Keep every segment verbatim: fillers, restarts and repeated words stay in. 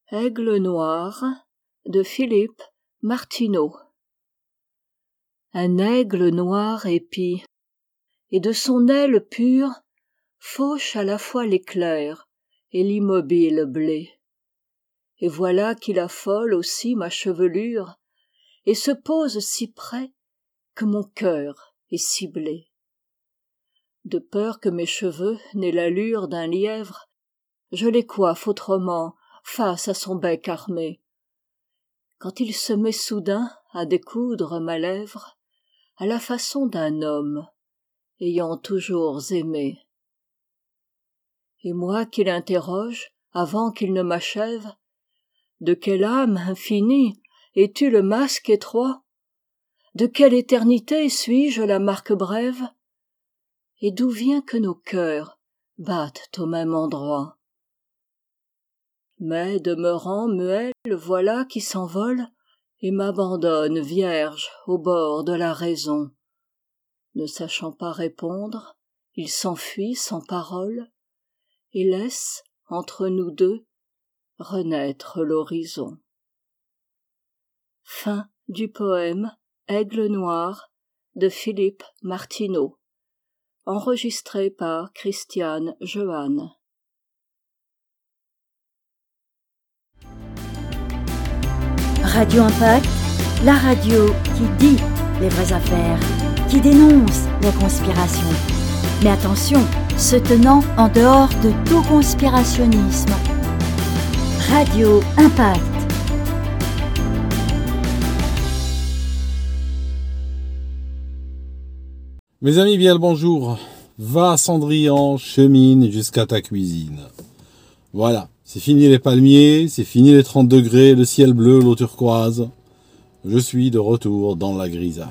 Aigle noir de Philippe Martineau. Un aigle noir épie, et de son aile pure fauche à la fois l'éclair et l'immobile blé. Et voilà qu'il affole aussi ma chevelure, et se pose si près que mon cœur est ciblé. De peur que mes cheveux n'aient l'allure d'un lièvre, je les coiffe autrement face à son bec armé. Quand il se met soudain à découdre ma lèvre, à la façon d'un homme ayant toujours aimé. Et moi qui l'interroge avant qu'il ne m'achève, de quelle âme infinie es-tu le masque étroit? De quelle éternité suis-je la marque brève? Et d'où vient que nos cœurs battent au même endroit? Mais demeurant muet, le voilà qui s'envole et m'abandonne vierge au bord de la raison. Ne sachant pas répondre, il s'enfuit sans parole et laisse, entre nous deux, renaître l'horizon. Fin du poème Aigle noir de Philippe Martineau, enregistré par Christiane Jehanne. Radio Impact, la radio qui dit les vraies affaires, qui dénonce les conspirations. Mais attention, se tenant en dehors de tout conspirationnisme. Radio Impact. Mes amis, bien le bonjour. Va Cendrillon, chemine jusqu'à ta cuisine. Voilà, c'est fini les palmiers, c'est fini les trente degrés, le ciel bleu, l'eau turquoise. Je suis de retour dans la grisaille.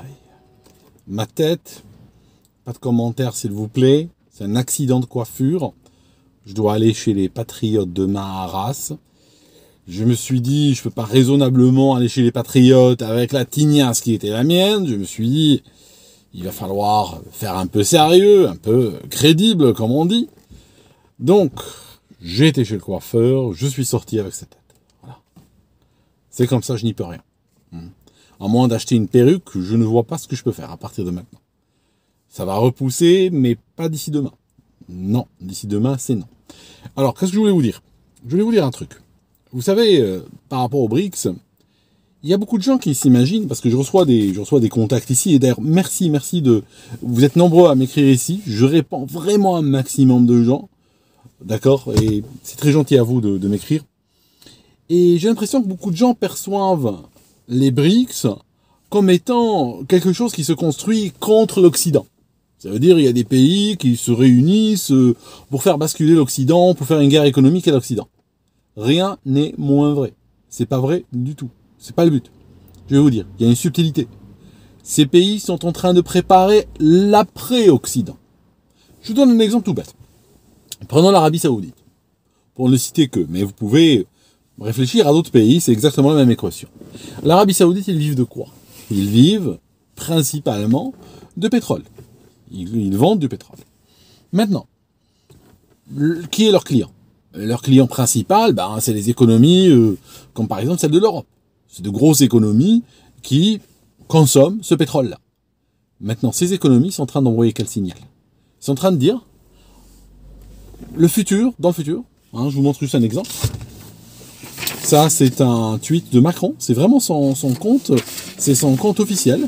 Ma tête, pas de commentaires s'il vous plaît, c'est un accident de coiffure. Je dois aller chez les patriotes demain à Arras. Je me suis dit, je peux pas raisonnablement aller chez les patriotes avec la tignasse qui était la mienne. Je me suis dit, il va falloir faire un peu sérieux, un peu crédible, comme on dit. Donc, j'ai été chez le coiffeur, je suis sorti avec cette tête. Voilà. C'est comme ça, je n'y peux rien. À moins d'acheter une perruque, je ne vois pas ce que je peux faire à partir de maintenant. Ça va repousser, mais pas d'ici demain. Non, d'ici demain, c'est non. Alors, qu'est-ce que je voulais vous dire? Je voulais vous dire un truc. Vous savez, euh, par rapport aux B R I C S, il y a beaucoup de gens qui s'imaginent, parce que je reçois des, je reçois des contacts ici, et d'ailleurs, merci, merci de, vous êtes nombreux à m'écrire ici, je réponds vraiment à un maximum de gens, d'accord, et c'est très gentil à vous de, de m'écrire. Et j'ai l'impression que beaucoup de gens perçoivent les B R I C S comme étant quelque chose qui se construit contre l'Occident. Ça veut dire il y a des pays qui se réunissent pour faire basculer l'Occident, pour faire une guerre économique à l'Occident. Rien n'est moins vrai. C'est pas vrai du tout. C'est pas le but. Je vais vous dire, il y a une subtilité. Ces pays sont en train de préparer l'après-Occident. Je vous donne un exemple tout bête. Prenons l'Arabie Saoudite. Pour ne citer que, mais vous pouvez réfléchir à d'autres pays, c'est exactement la même équation. L'Arabie Saoudite, ils vivent de quoi? Ils vivent principalement de pétrole. Ils, ils vendent du pétrole. Maintenant, le, qui est leur client? Leur client principal, ben, c'est les économies, euh, comme par exemple celle de l'Europe. C'est de grosses économies qui consomment ce pétrole-là. Maintenant, ces économies sont en train d'envoyer quel signal? Ils sont en train de dire, le futur, dans le futur, hein, je vous montre juste un exemple. Ça, c'est un tweet de Macron. C'est vraiment son, son compte, c'est son compte officiel.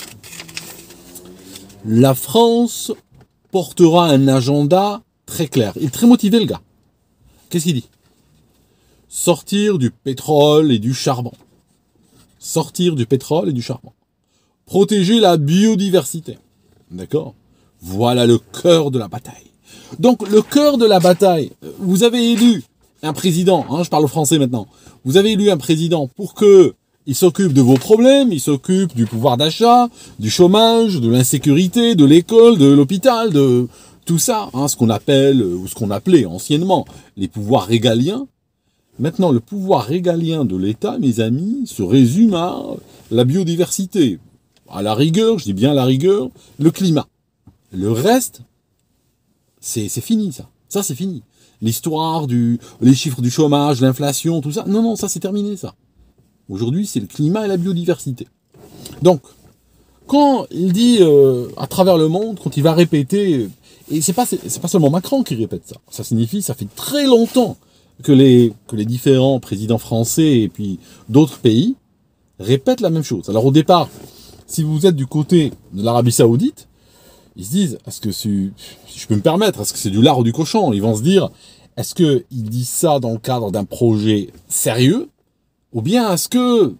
La France portera un agenda très clair. Il est très motivé, le gars. Qu'est-ce qu'il dit? Sortir du pétrole et du charbon. Sortir du pétrole et du charbon. Protéger la biodiversité. D'accord? Voilà le cœur de la bataille. Donc, le cœur de la bataille, vous avez élu un président, hein, je parle français maintenant, vous avez élu un président pour que il s'occupe de vos problèmes, il s'occupe du pouvoir d'achat, du chômage, de l'insécurité, de l'école, de l'hôpital, de tout ça, hein, ce qu'on appelle, ou ce qu'on appelait anciennement, les pouvoirs régaliens. Maintenant, le pouvoir régalien de l'État, mes amis, se résume à la biodiversité, à la rigueur, je dis bien à la rigueur, le climat. Le reste, c'est, c'est fini ça, ça c'est fini. l'histoire du, les chiffres du chômage, l'inflation, tout ça. Non, non, ça c'est terminé, ça. Aujourd'hui, c'est le climat et la biodiversité. Donc, quand il dit euh, à travers le monde, quand il va répéter, et c'est pas c'est pas seulement Macron qui répète ça. Ça signifie, ça fait très longtemps que les que les différents présidents français et puis d'autres pays répètent la même chose. Alors au départ, si vous êtes du côté de l'Arabie Saoudite, ils se disent, est-ce que c'est, si je peux me permettre, est-ce que c'est du lard ou du cochon? Ils vont se dire, est-ce que il dit ça dans le cadre d'un projet sérieux, ou bien est-ce que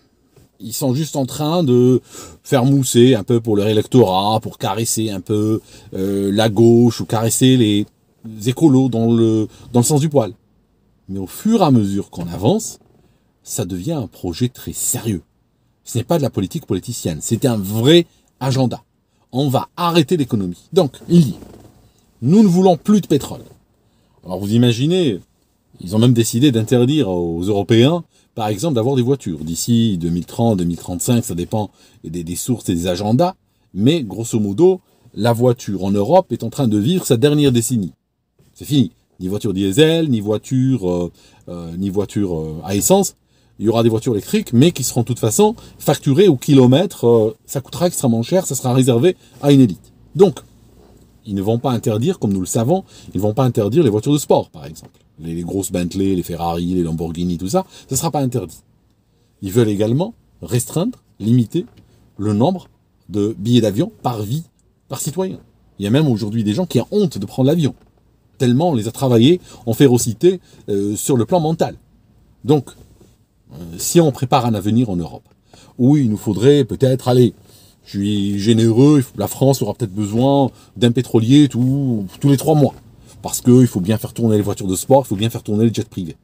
ils sont juste en train de faire mousser un peu pour leur électorat, pour caresser un peu euh, la gauche ou caresser les écolos dans le dans le sens du poil. Mais au fur et à mesure qu'on avance, ça devient un projet très sérieux. Ce n'est pas de la politique politicienne, c'est un vrai agenda. On va arrêter l'économie. Donc, il dit, nous ne voulons plus de pétrole. Alors vous imaginez, ils ont même décidé d'interdire aux Européens, par exemple, d'avoir des voitures. D'ici deux mille trente, deux mille trente-cinq, ça dépend des, des sources et des agendas. Mais grosso modo, la voiture en Europe est en train de vivre sa dernière décennie. C'est fini. Ni voiture diesel, ni voiture, euh, euh, ni voiture euh, à essence. Il y aura des voitures électriques, mais qui seront de toute façon facturées au kilomètre. Euh, ça coûtera extrêmement cher, ça sera réservé à une élite. Donc, ils ne vont pas interdire, comme nous le savons, ils ne vont pas interdire les voitures de sport, par exemple. Les, les grosses Bentley, les Ferrari, les Lamborghini, tout ça, ça ne sera pas interdit. Ils veulent également restreindre, limiter le nombre de billets d'avion par vie, par citoyen. Il y a même aujourd'hui des gens qui ont honte de prendre l'avion, tellement on les a travaillés en férocité euh, sur le plan mental. Donc, euh, si on prépare un avenir en Europe, oui, il nous faudrait peut-être, allez, je suis généreux, la France aura peut-être besoin d'un pétrolier tous, tous les trois mois. Parce qu'il faut bien faire tourner les voitures de sport, il faut bien faire tourner les jets privés.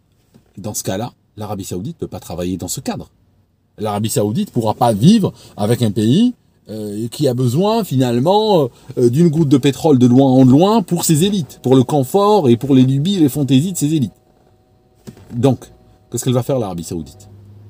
Dans ce cas-là, l'Arabie Saoudite ne peut pas travailler dans ce cadre. L'Arabie Saoudite ne pourra pas vivre avec un pays euh, qui a besoin finalement euh, d'une goutte de pétrole de loin en loin pour ses élites, pour le confort et pour les lubies et les fantaisies de ses élites. Donc, qu'est-ce qu'elle va faire l'Arabie Saoudite?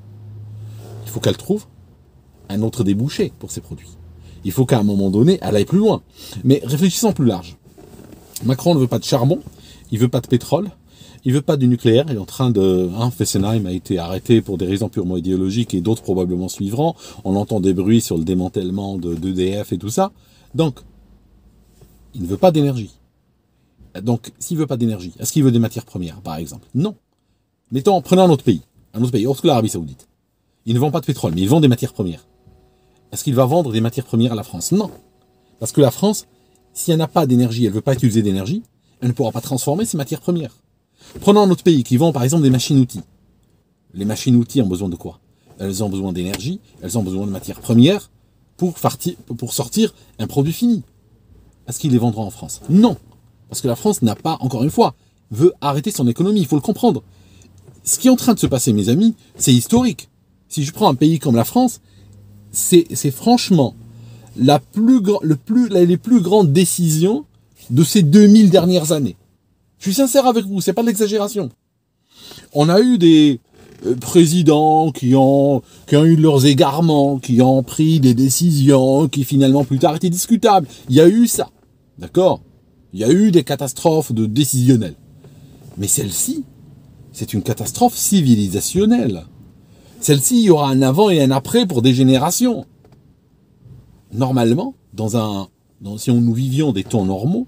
Il faut qu'elle trouve un autre débouché pour ses produits. Il faut qu'à un moment donné, elle aille plus loin. Mais réfléchissons plus large. Macron ne veut pas de charbon, il veut pas de pétrole, il veut pas du nucléaire. Il est en train de... Hein, Fessenheim a été arrêté pour des raisons purement idéologiques et d'autres probablement suivront. On entend des bruits sur le démantèlement de d'E D F et tout ça. Donc, il ne veut pas d'énergie. Donc, s'il veut pas d'énergie, est-ce qu'il veut des matières premières, par exemple? Non. Mettons, prenons un autre pays, un autre pays, autre que l'Arabie Saoudite. Ils ne vendent pas de pétrole, mais ils vendent des matières premières. Est-ce qu'il va vendre des matières premières à la France? Non. Parce que la France, si elle n'a pas d'énergie, elle ne veut pas utiliser d'énergie, elle ne pourra pas transformer ses matières premières. Prenons un autre pays qui vend par exemple des machines-outils. Les machines-outils ont besoin de quoi? Elles ont besoin d'énergie, elles ont besoin de matières premières pour, farti- pour sortir un produit fini. Est-ce qu'ils les vendront en France? Non. Parce que la France n'a pas, encore une fois, veut arrêter son économie, il faut le comprendre. Ce qui est en train de se passer, mes amis, c'est historique. Si je prends un pays comme la France, c'est, c'est franchement la plus, le plus, les plus grandes décisions de ces deux mille dernières années. Je suis sincère avec vous, c'est pas de l'exagération. On a eu des euh, présidents qui ont, qui ont eu leurs égarements, qui ont pris des décisions qui finalement plus tard étaient discutables. Il y a eu ça, d'accord? Il y a eu des catastrophes de décisionnelles. Mais celle-ci, c'est une catastrophe civilisationnelle. Celle-ci, il y aura un avant et un après pour des générations. Normalement, dans un, dans, si on, nous vivions des temps normaux,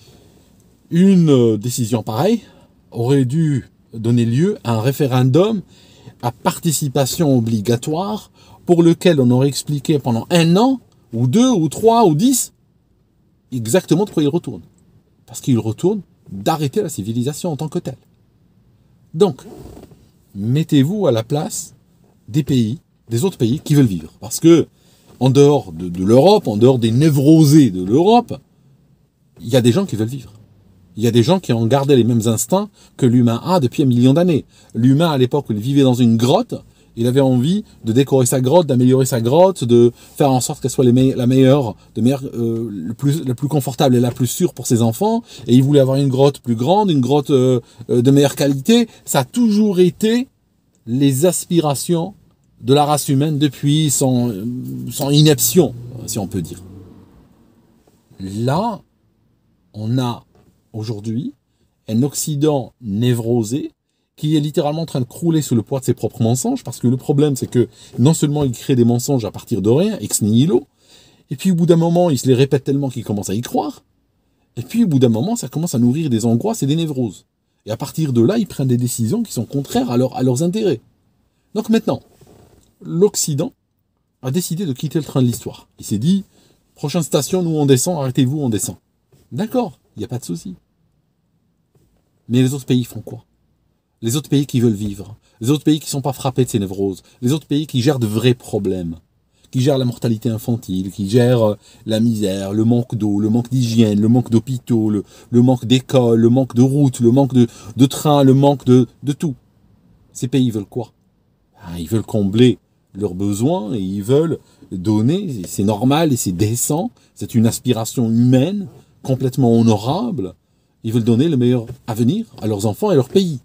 une décision pareille aurait dû donner lieu à un référendum à participation obligatoire pour lequel on aurait expliqué pendant un an, ou deux, ou trois, ou dix, exactement de quoi il retourne. Parce qu'il retourne d'arrêter la civilisation en tant que telle. Donc, mettez-vous à la place des pays, des autres pays qui veulent vivre. Parce que, en dehors de, de l'Europe, en dehors des névrosés de l'Europe, il y a des gens qui veulent vivre. Il y a des gens qui ont gardé les mêmes instincts que l'humain a depuis un million d'années. L'humain, à l'époque où il vivait dans une grotte, il avait envie de décorer sa grotte, d'améliorer sa grotte, de faire en sorte qu'elle soit les me- la meilleure, de meilleure euh, le plus, la plus confortable et la plus sûre pour ses enfants. Et il voulait avoir une grotte plus grande, une grotte euh, de meilleure qualité. Ça a toujours été les aspirations de la race humaine depuis son, son ineption, si on peut dire. Là, on a aujourd'hui un Occident névrosé qui est littéralement en train de crouler sous le poids de ses propres mensonges, parce que le problème, c'est que non seulement il crée des mensonges à partir de rien, ex nihilo, et puis au bout d'un moment, il se les répète tellement qu'il commence à y croire, et puis au bout d'un moment, ça commence à nourrir des angoisses et des névroses. Et à partir de là, ils prennent des décisions qui sont contraires à, leur, à leurs intérêts. Donc maintenant, l'Occident a décidé de quitter le train de l'histoire. Il s'est dit, prochaine station, nous on descend, arrêtez-vous, on descend. D'accord, il n'y a pas de souci. Mais les autres pays font quoi? Les autres pays qui veulent vivre, les autres pays qui ne sont pas frappés de ces névroses, les autres pays qui gèrent de vrais problèmes, qui gèrent la mortalité infantile, qui gèrent la misère, le manque d'eau, le manque d'hygiène, le manque d'hôpitaux, le, le manque d'écoles, le manque de routes, le manque de, de trains, le manque de, de tout. Ces pays veulent quoi? Ah, ils veulent combler leurs besoins et ils veulent donner, c'est normal et c'est décent, c'est une aspiration humaine, complètement honorable. Ils veulent donner le meilleur avenir à leurs enfants et à leur pays.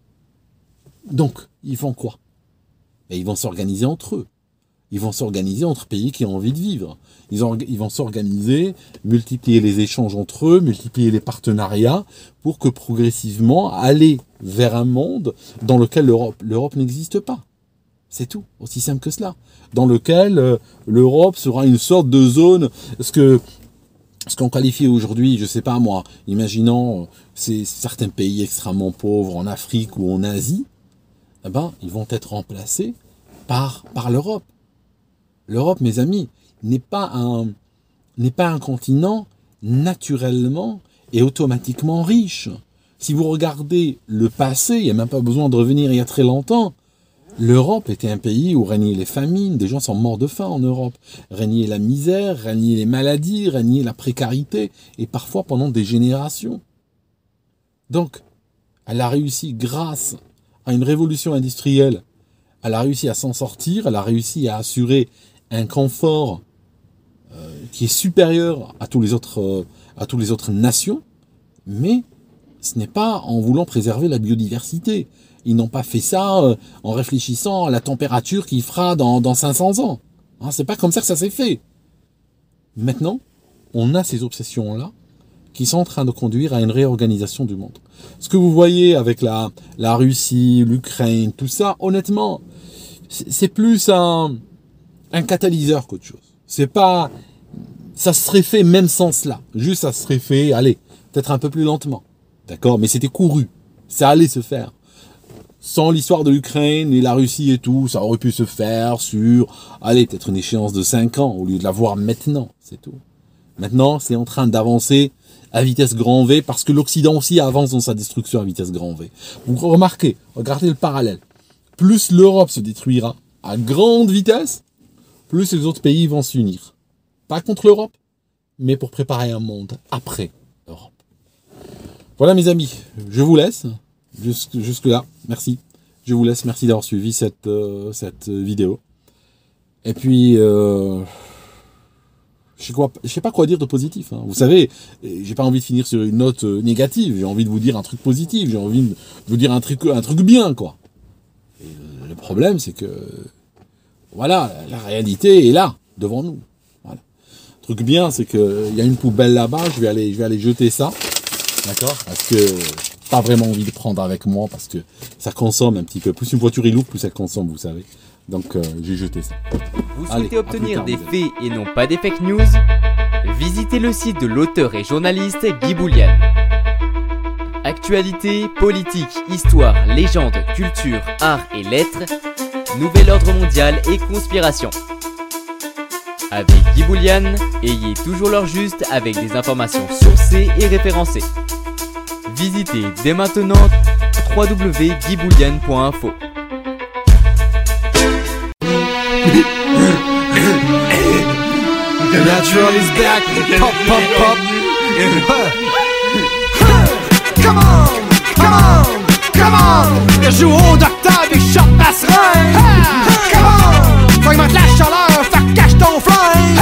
Donc, ils font quoi? Et ils vont s'organiser entre eux. Ils vont s'organiser entre pays qui ont envie de vivre. Ils, ont, ils vont s'organiser, multiplier les échanges entre eux, multiplier les partenariats pour que progressivement aller vers un monde dans lequel l'Europe, l'Europe n'existe pas. C'est tout, aussi simple que cela. Dans lequel euh, l'Europe sera une sorte de zone, ce que ce qu'on qualifie aujourd'hui, je sais pas moi, imaginons c'est certains pays extrêmement pauvres en Afrique ou en Asie, eh ben, ils vont être remplacés par, par l'Europe. L'Europe, mes amis, n'est pas un, n'est pas un continent naturellement et automatiquement riche. Si vous regardez le passé, il n'y a même pas besoin de revenir il y a très longtemps, l'Europe était un pays où régnaient les famines, des gens sont morts de faim en Europe, régnait la misère, régnaient les maladies, régnait la précarité, et parfois pendant des générations. Donc, elle a réussi grâce à une révolution industrielle, elle a réussi à s'en sortir, elle a réussi à assurer un confort euh, qui est supérieur à tous les autres, euh, à toutes les autres nations, mais ce n'est pas en voulant préserver la biodiversité. Ils n'ont pas fait ça euh, en réfléchissant à la température qu'il fera dans, dans cinq cents ans. Hein, c'est pas comme ça que ça s'est fait. Maintenant, on a ces obsessions-là qui sont en train de conduire à une réorganisation du monde. Ce que vous voyez avec la, la Russie, l'Ukraine, tout ça, honnêtement, c'est, c'est plus un, un catalyseur qu'autre chose. C'est pas, ça serait fait même sans cela. Juste, ça serait fait, allez, peut-être un peu plus lentement. D'accord? Mais c'était couru. Ça allait se faire. Sans l'histoire de l'Ukraine et la Russie et tout, ça aurait pu se faire sur, allez, peut-être une échéance de cinq ans, au lieu de la voir maintenant, c'est tout. Maintenant, c'est en train d'avancer à vitesse grand V, parce que l'Occident aussi avance dans sa destruction à vitesse grand V. Vous remarquez, regardez le parallèle. Plus l'Europe se détruira à grande vitesse, plus les autres pays vont s'unir. Pas contre l'Europe, mais pour préparer un monde après l'Europe. Voilà mes amis, je vous laisse. Jusque, jusque là, merci. Je vous laisse, merci d'avoir suivi cette, euh, cette vidéo. Et puis, euh, je sais quoi, je sais pas quoi dire de positif. Hein. Vous savez, j'ai pas envie de finir sur une note négative. J'ai envie de vous dire un truc positif. J'ai envie de vous dire un truc, un truc bien, quoi. Et le problème, c'est que, voilà, la réalité est là, devant nous. Voilà. Le truc bien, c'est que il y a une poubelle là-bas. Je vais aller, je vais aller jeter ça, d'accord, parce que pas vraiment envie de prendre avec moi parce que ça consomme un petit peu. Plus une voiture est lourde, plus elle consomme, vous savez. Donc euh, j'ai jeté ça. Vous Allez, souhaitez obtenir tard, des vous faits et non pas des fake news? Visitez le site de l'auteur et journaliste Guy Boulian. Actualité, politique, histoire, légende, culture, art et lettres, nouvel ordre mondial et conspiration. Avec Guy Boulian, ayez toujours l'heure juste avec des informations sourcées et référencées. Visitez dès maintenant w w w point guy boulian point info. Natural is back. Pop, pop, pop. Come on, come on, come on. Je joue au docteur et je chope ma seringue. Come on, augmente la chaleur, fait cache ton flingue.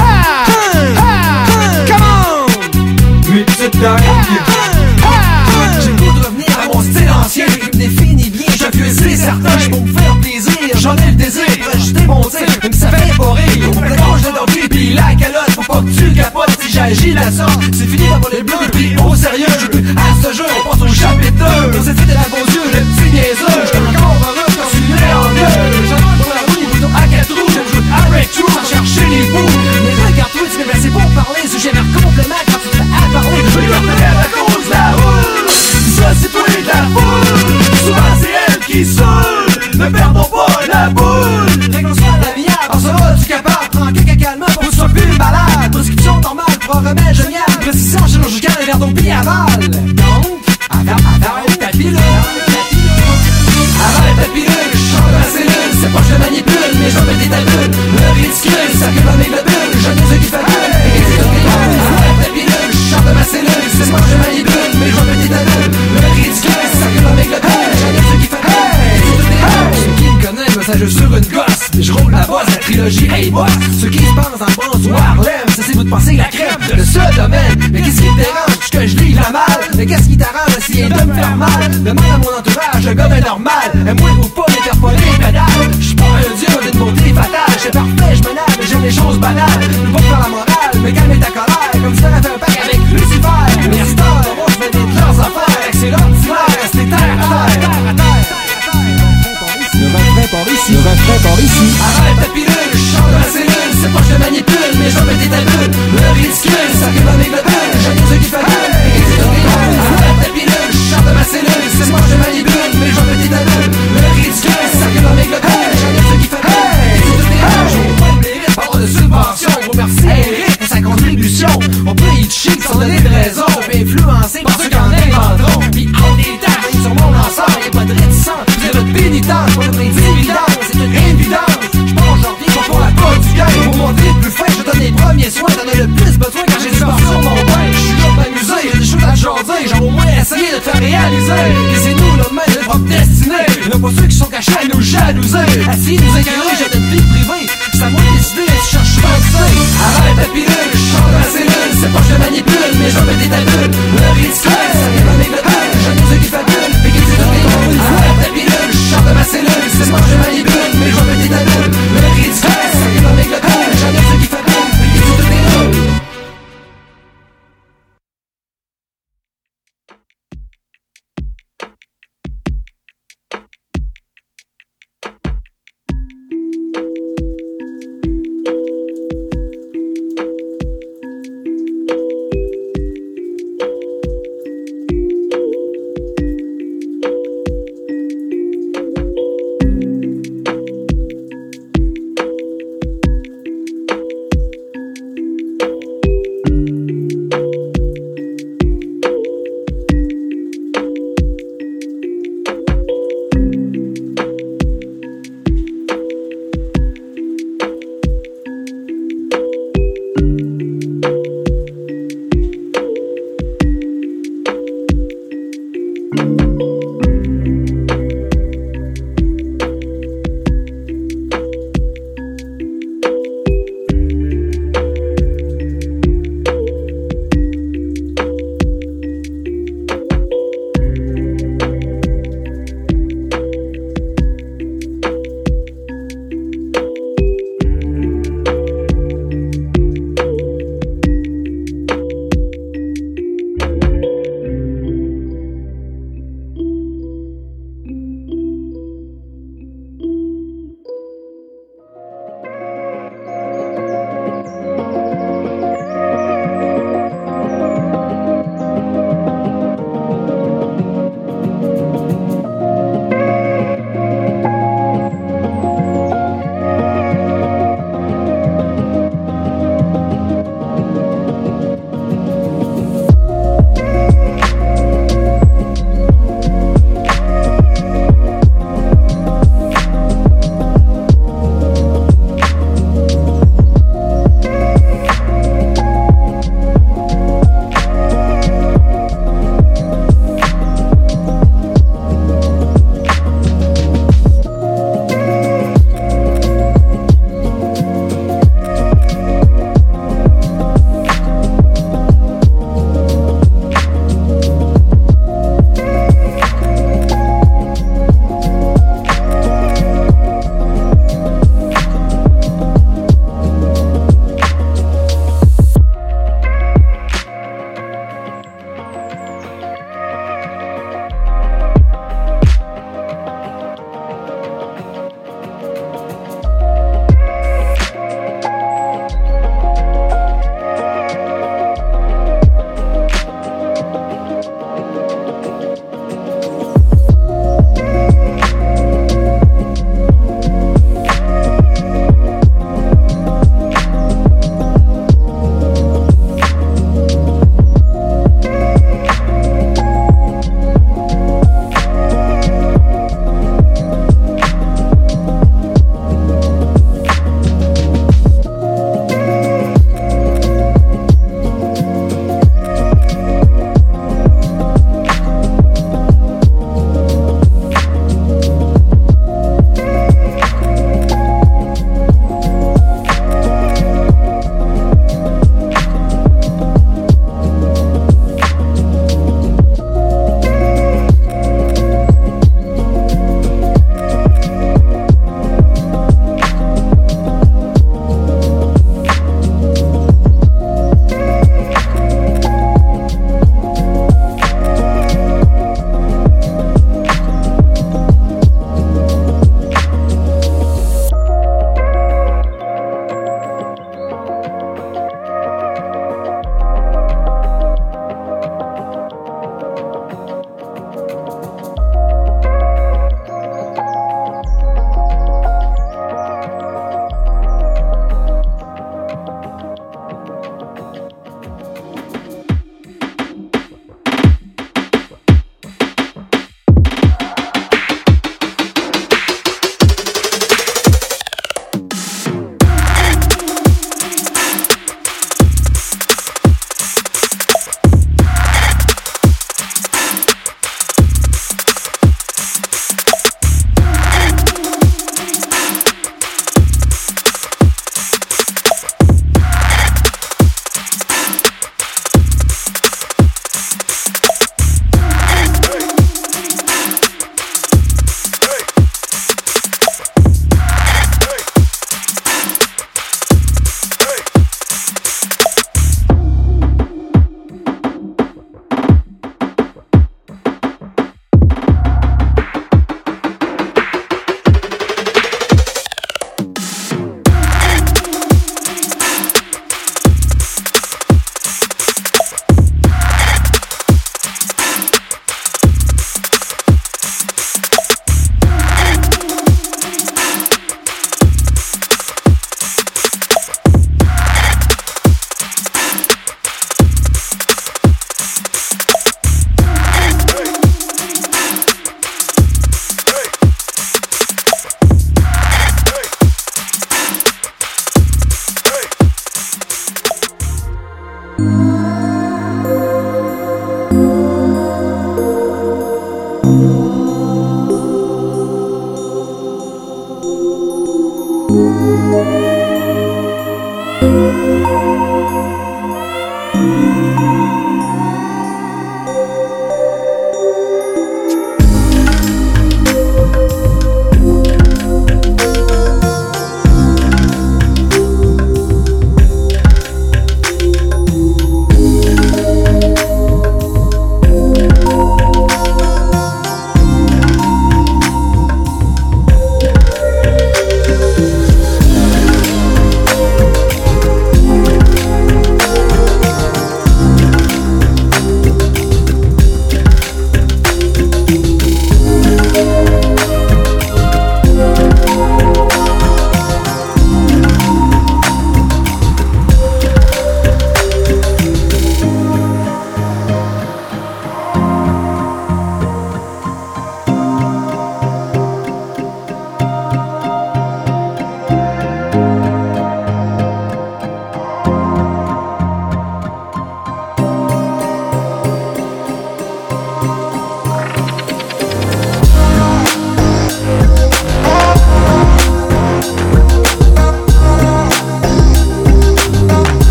Come on, petite dingue. J'ai le goût de revenir à mon style ancien qui me définit bien, je vieux c'est certain. Pour me faire plaisir, j'en ai le désir. Je démonte, même si ça fait pas rire. Au mélange de d'ordi, pis la calotte. Faut pas que tu capotes si j'agis la sorte. C'est fini d'avoir les bleus, pis au sérieux. À ce jeu, on passe au chapitre ça joue sur une gosse. Mais je roule la bosse, la trilogie, hey boss. Ceux qui se pensent en France ou Harlem, ça c'est vous de penser la crème de ce domaine. Mais qu'est-ce qui te dérange, que je lis la mal? Mais qu'est-ce qui t'arrange, essayer de me faire mal? Demande à mon entourage, le gars ben normal. Aime-moi ou pas, n'interpeller les pédales. J'suis pas un dieu d'une beauté fatale. J'suis parfait, j'me nage, mais j'aime les choses banales. Pas faire la morale, mais calmer ta colère. Comme si t'avais fait un pack avec Lucifer. Les stars, moi j'fais des de leurs affaires. Excellent, d'hiver, c'était terre à terre. Le refrain par ici, le refrain par ici. Arrête ta pilule, je chante dans la cellule. C'est pas que je te manipule, mais je vais péter ta bulle. Le ridicule, ça arrive dans mes globules. J'aime ceux qui fabulent. Arrête ta pilule, je chante dans ma cellule. C'est pas que je te manipule, mais je vais péter ta bulle. Le ridicule, ça arrive dans mes globules. J'aime ceux qui fabulent. Je vous pas me mérite, pas de subvention. Gros merci à Eric pour sa contribution. On peut y toucher sans donner de raison. On peut influencer par ceux qui en inventeront. Puis on est tard, sur mon ensemble, y'a pas de réticence. Vous avez votre pénitence, pas de dividende, c'est une évidence. J'pense aujourd'hui pas pour la part du gain. Pour montrer le plus fin, je donne les premiers soins. T'en as le plus besoin quand j'ai du sport sur mon bain. J'suis là pour m'amuser, y'a des choses à te jaser. J'en au moins essayer de te faire réaliser que c'est nous le maître de propre destinée. Y'en a pas ceux qui sont cachés à nous jalouser. Assis, nous écœurer, j'ai notre vie privée. C'est à moi de décider si je cherche pas de ça. Arrête ta pilule, je chante dans la cellule. C'est pas que je te manipule, mais je vais péter ta bulle. Le ridicule, ça vient dans mes globules. J'aime ceux qui fabulent, mais qui disent de mes. Arrête ta pilule, je chante dans ma cellule. C'est pas que je manipule, mais je vais péter ta bulle. Le ridicule, ça vient dans mes globules. J'aime ceux qui fabulent, mais qui disent de mes.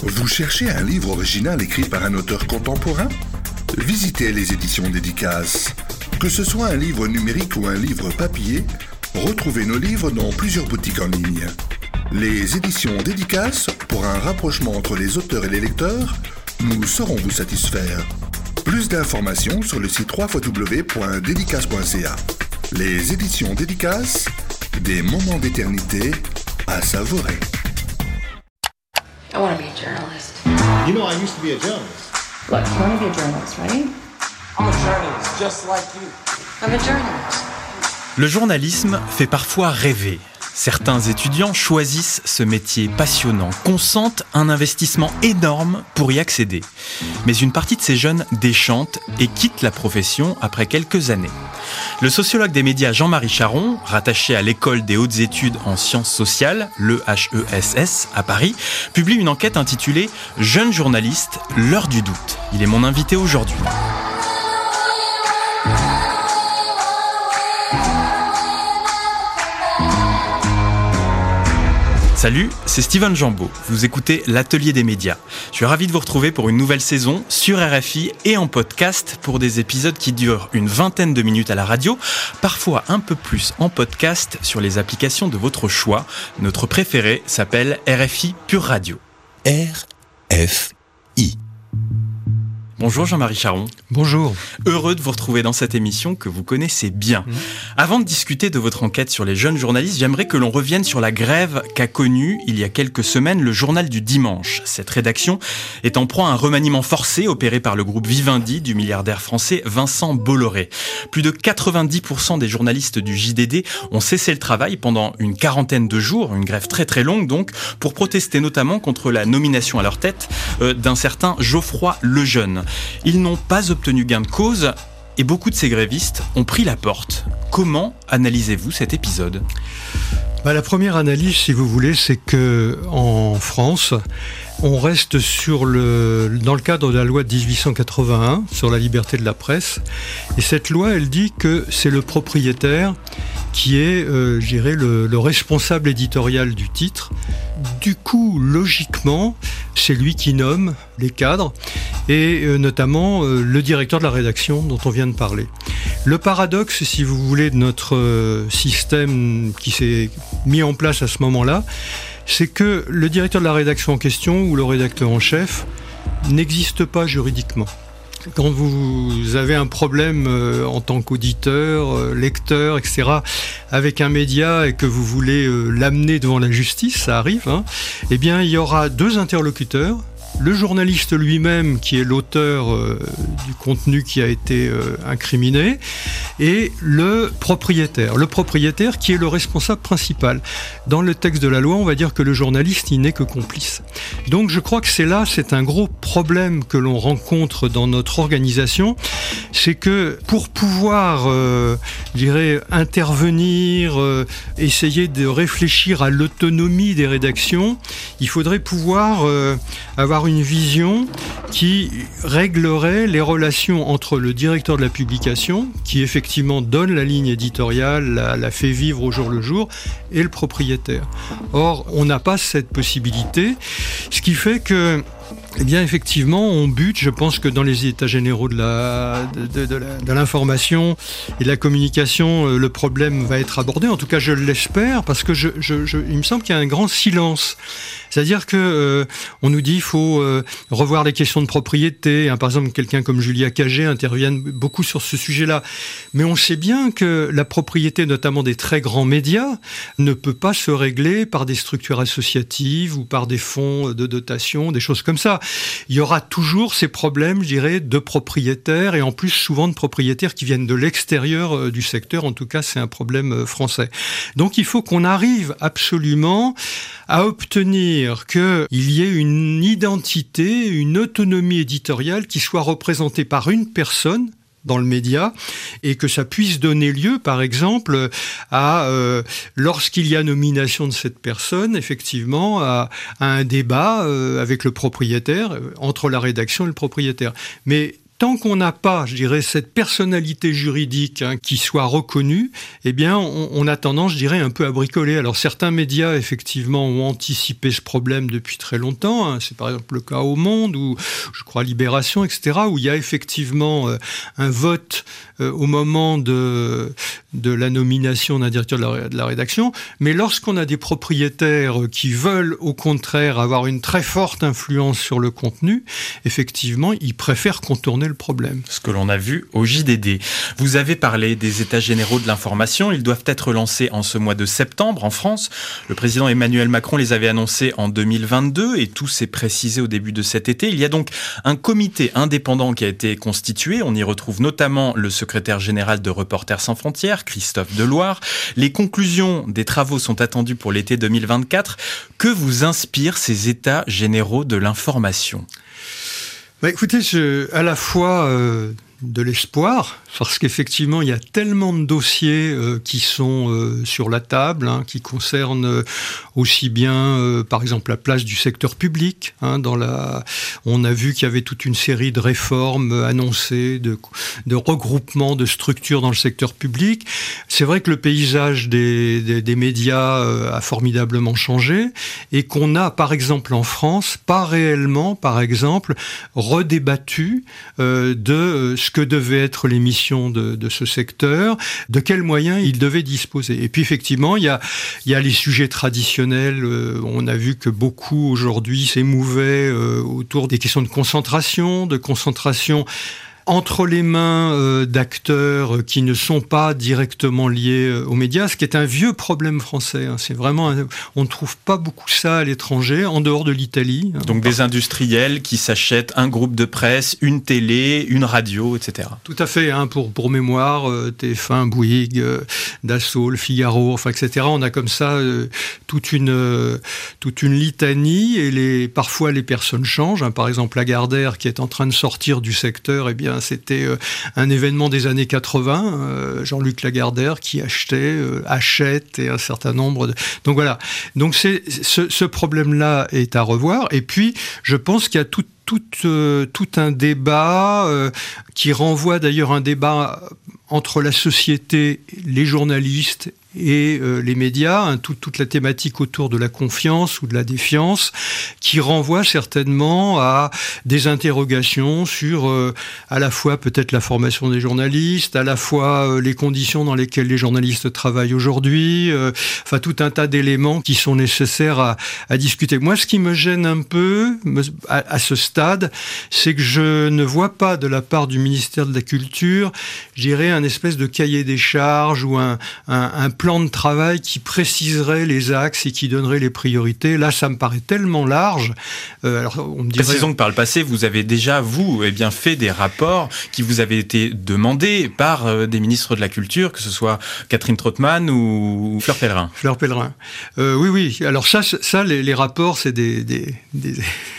Vous cherchez un livre original écrit par un auteur contemporain ? Visitez les éditions Dédicace. Que ce soit un livre numérique ou un livre papier, retrouvez nos livres dans plusieurs boutiques en ligne. Les éditions Dédicace, pour un rapprochement entre les auteurs et les lecteurs, nous saurons vous satisfaire. Plus d'informations sur le site w w w point dédicace point c a. Les éditions Dédicace, des moments d'éternité à savourer. I want to be a journalist. You know, I used to be a journalist. Look, you want to be a journalist, right? I'm a journalist, just like you. I'm a journalist. Le journalisme fait parfois rêver. Certains étudiants choisissent ce métier passionnant, consentent un investissement énorme pour y accéder. Mais une partie de ces jeunes déchantent et quittent la profession après quelques années. Le sociologue des médias Jean-Marie Charon, rattaché à l'école des hautes études en sciences sociales, l'E H E S S, à Paris, publie une enquête intitulée « Jeunes journalistes, l'heure du doute ». Il est mon invité aujourd'hui. Salut, c'est Steven Jambeau. Vous écoutez l'Atelier des médias. Je suis ravi de vous retrouver pour une nouvelle saison sur R F I et en podcast pour des épisodes qui durent une vingtaine de minutes à la radio, parfois un peu plus en podcast sur les applications de votre choix. Notre préféré s'appelle R F I Pure Radio. R F I. Bonjour Jean-Marie Charon. Bonjour. Heureux de vous retrouver dans cette émission que vous connaissez bien. Mmh. Avant de discuter de votre enquête sur les jeunes journalistes, j'aimerais que l'on revienne sur la grève qu'a connue il y a quelques semaines le Journal du Dimanche. Cette rédaction est en proie à un remaniement forcé opéré par le groupe Vivendi du milliardaire français Vincent Bolloré. Plus de quatre-vingt-dix pour cent des journalistes du J D D ont cessé le travail pendant une quarantaine de jours, une grève très très longue donc, pour protester notamment contre la nomination à leur tête euh, d'un certain Geoffroy Lejeune. Ils n'ont pas obtenu gain de cause et beaucoup de ces grévistes ont pris la porte. Comment analysez-vous cet épisode ? Bah, la première analyse, si vous voulez, c'est que en France, on reste sur le, dans le cadre de la loi de dix-huit cent quatre-vingt-un sur la liberté de la presse. Et cette loi, elle dit que c'est le propriétaire qui est, euh, je dirais, le, le responsable éditorial du titre. Du coup, logiquement, c'est lui qui nomme les cadres et euh, notamment euh, le directeur de la rédaction dont on vient de parler. Le paradoxe, si vous voulez, de notre euh, système qui s'est mis en place à ce moment-là, c'est que le directeur de la rédaction en question ou le rédacteur en chef n'existe pas juridiquement. Quand vous avez un problème euh, en tant qu'auditeur, euh, lecteur, et cetera, avec un média et que vous voulez euh, l'amener devant la justice, ça arrive, hein, eh bien, il y aura deux interlocuteurs. Le journaliste lui-même, qui est l'auteur euh, du contenu qui a été euh, incriminé, et le propriétaire. Le propriétaire qui est le responsable principal. Dans le texte de la loi, on va dire que le journaliste, il n'est que complice. Donc je crois que c'est là, c'est un gros problème que l'on rencontre dans notre organisation, c'est que pour pouvoir, euh, je dirais, intervenir, euh, essayer de réfléchir à l'autonomie des rédactions, il faudrait pouvoir euh, avoir une vision qui réglerait les relations entre le directeur de la publication, qui effectivement donne la ligne éditoriale, la, la fait vivre au jour le jour, et le propriétaire. Or, on n'a pas cette possibilité, ce qui fait que eh bien, effectivement, on bute. Je pense que dans les états généraux de, la, de, de, de, la, de l'information et de la communication, le problème va être abordé. En tout cas, je l'espère, parce que je, je, je, il me semble qu'il y a un grand silence. C'est-à-dire que euh, on nous dit qu'il faut euh, revoir les questions de propriété. Hein, par exemple, quelqu'un comme Julia Cagé intervient beaucoup sur ce sujet-là. Mais on sait bien que la propriété, notamment des très grands médias, ne peut pas se régler par des structures associatives ou par des fonds de dotation, des choses comme ça. Il y aura toujours ces problèmes, je dirais, de propriétaires, et en plus souvent de propriétaires qui viennent de l'extérieur du secteur. En tout cas, c'est un problème français. Donc il faut qu'on arrive absolument à obtenir qu'il y ait une identité, une autonomie éditoriale qui soit représentée par une personne dans le média, et que ça puisse donner lieu, par exemple, à, euh, lorsqu'il y a nomination de cette personne, effectivement, à, à un débat euh, avec le propriétaire, euh, entre la rédaction et le propriétaire. Mais tant qu'on n'a pas, je dirais, cette personnalité juridique hein, qui soit reconnue, eh bien, on, on a tendance, je dirais, un peu à bricoler. Alors, certains médias, effectivement, ont anticipé ce problème depuis très longtemps. Hein. C'est par exemple le cas au Monde, ou je crois Libération, et cetera, où il y a effectivement euh, un vote euh, au moment de, de la nomination d'un directeur de la, de la rédaction. Mais lorsqu'on a des propriétaires qui veulent, au contraire, avoir une très forte influence sur le contenu, effectivement, ils préfèrent contourner le problème. Ce que l'on a vu au J D D. Vous avez parlé des états généraux de l'information. Ils doivent être lancés en ce mois de septembre en France. Le président Emmanuel Macron les avait annoncés en deux mille vingt-deux et tout s'est précisé au début de cet été. Il y a donc un comité indépendant qui a été constitué. On y retrouve notamment le secrétaire général de Reporters sans frontières, Christophe Deloire. Les conclusions des travaux sont attendues pour l'été deux mille vingt-quatre. Que vous inspirent ces états généraux de l'information ? Bah écoutez, je, à la fois euh, de l'espoir, parce qu'effectivement, il y a tellement de dossiers euh, qui sont euh, sur la table, hein, qui concernent euh, aussi bien, euh, par exemple, la place du secteur public. Hein, dans la... On a vu qu'il y avait toute une série de réformes annoncées, de, de regroupements de structures dans le secteur public. C'est vrai que le paysage des, des, des médias euh, a formidablement changé et qu'on a, par exemple, en France, pas réellement, par exemple, redébattu euh, de euh, ce que devait être l'émission De, de ce secteur, de quels moyens il devait disposer. Et puis effectivement, il y a, il y a les sujets traditionnels. Euh, on a vu que beaucoup aujourd'hui s'émouvaient euh, autour des questions de concentration, de concentration entre les mains euh, d'acteurs qui ne sont pas directement liés euh, aux médias, ce qui est un vieux problème français. Hein. C'est vraiment, un, on ne trouve pas beaucoup ça à l'étranger, en dehors de l'Italie. Hein. Donc des industriels qui s'achètent un groupe de presse, une télé, une radio, et cetera. Tout à fait. Hein, pour pour mémoire, euh, T F un, Bouygues, euh, Dassault, Le Figaro, enfin et cetera. On a comme ça euh, toute une euh, toute une litanie et les parfois les personnes changent. Hein. Par exemple, Lagardère qui est en train de sortir du secteur, eh bien c'était euh, un événement des années quatre-vingts, euh, Jean-Luc Lagardère qui achetait, euh, achète et un certain nombre de... Donc voilà, donc c'est, ce, ce problème-là est à revoir. Et puis, je pense qu'il y a tout, tout, euh, tout un débat euh, qui renvoie d'ailleurs un débat entre la société, les journalistes et euh, les médias, hein, tout, toute la thématique autour de la confiance ou de la défiance, qui renvoie certainement à des interrogations sur euh, à la fois peut-être la formation des journalistes, à la fois euh, les conditions dans lesquelles les journalistes travaillent aujourd'hui, euh, enfin tout un tas d'éléments qui sont nécessaires à, à discuter. Moi, ce qui me gêne un peu me, à, à ce stade, c'est que je ne vois pas de la part du ministère de la Culture, je dirais, un espèce de cahier des charges ou un, un, un plan de travail qui préciserait les axes et qui donnerait les priorités. Là, ça me paraît tellement large. Euh, alors, on me dirait... Précisons que par le passé, vous avez déjà, vous, eh bien, fait des rapports qui vous avaient été demandés par euh, des ministres de la Culture, que ce soit Catherine Trautmann ou Fleur Pellerin. Fleur Pellerin. Euh, oui, oui. Alors ça, ça les, les rapports, c'est des... des, des...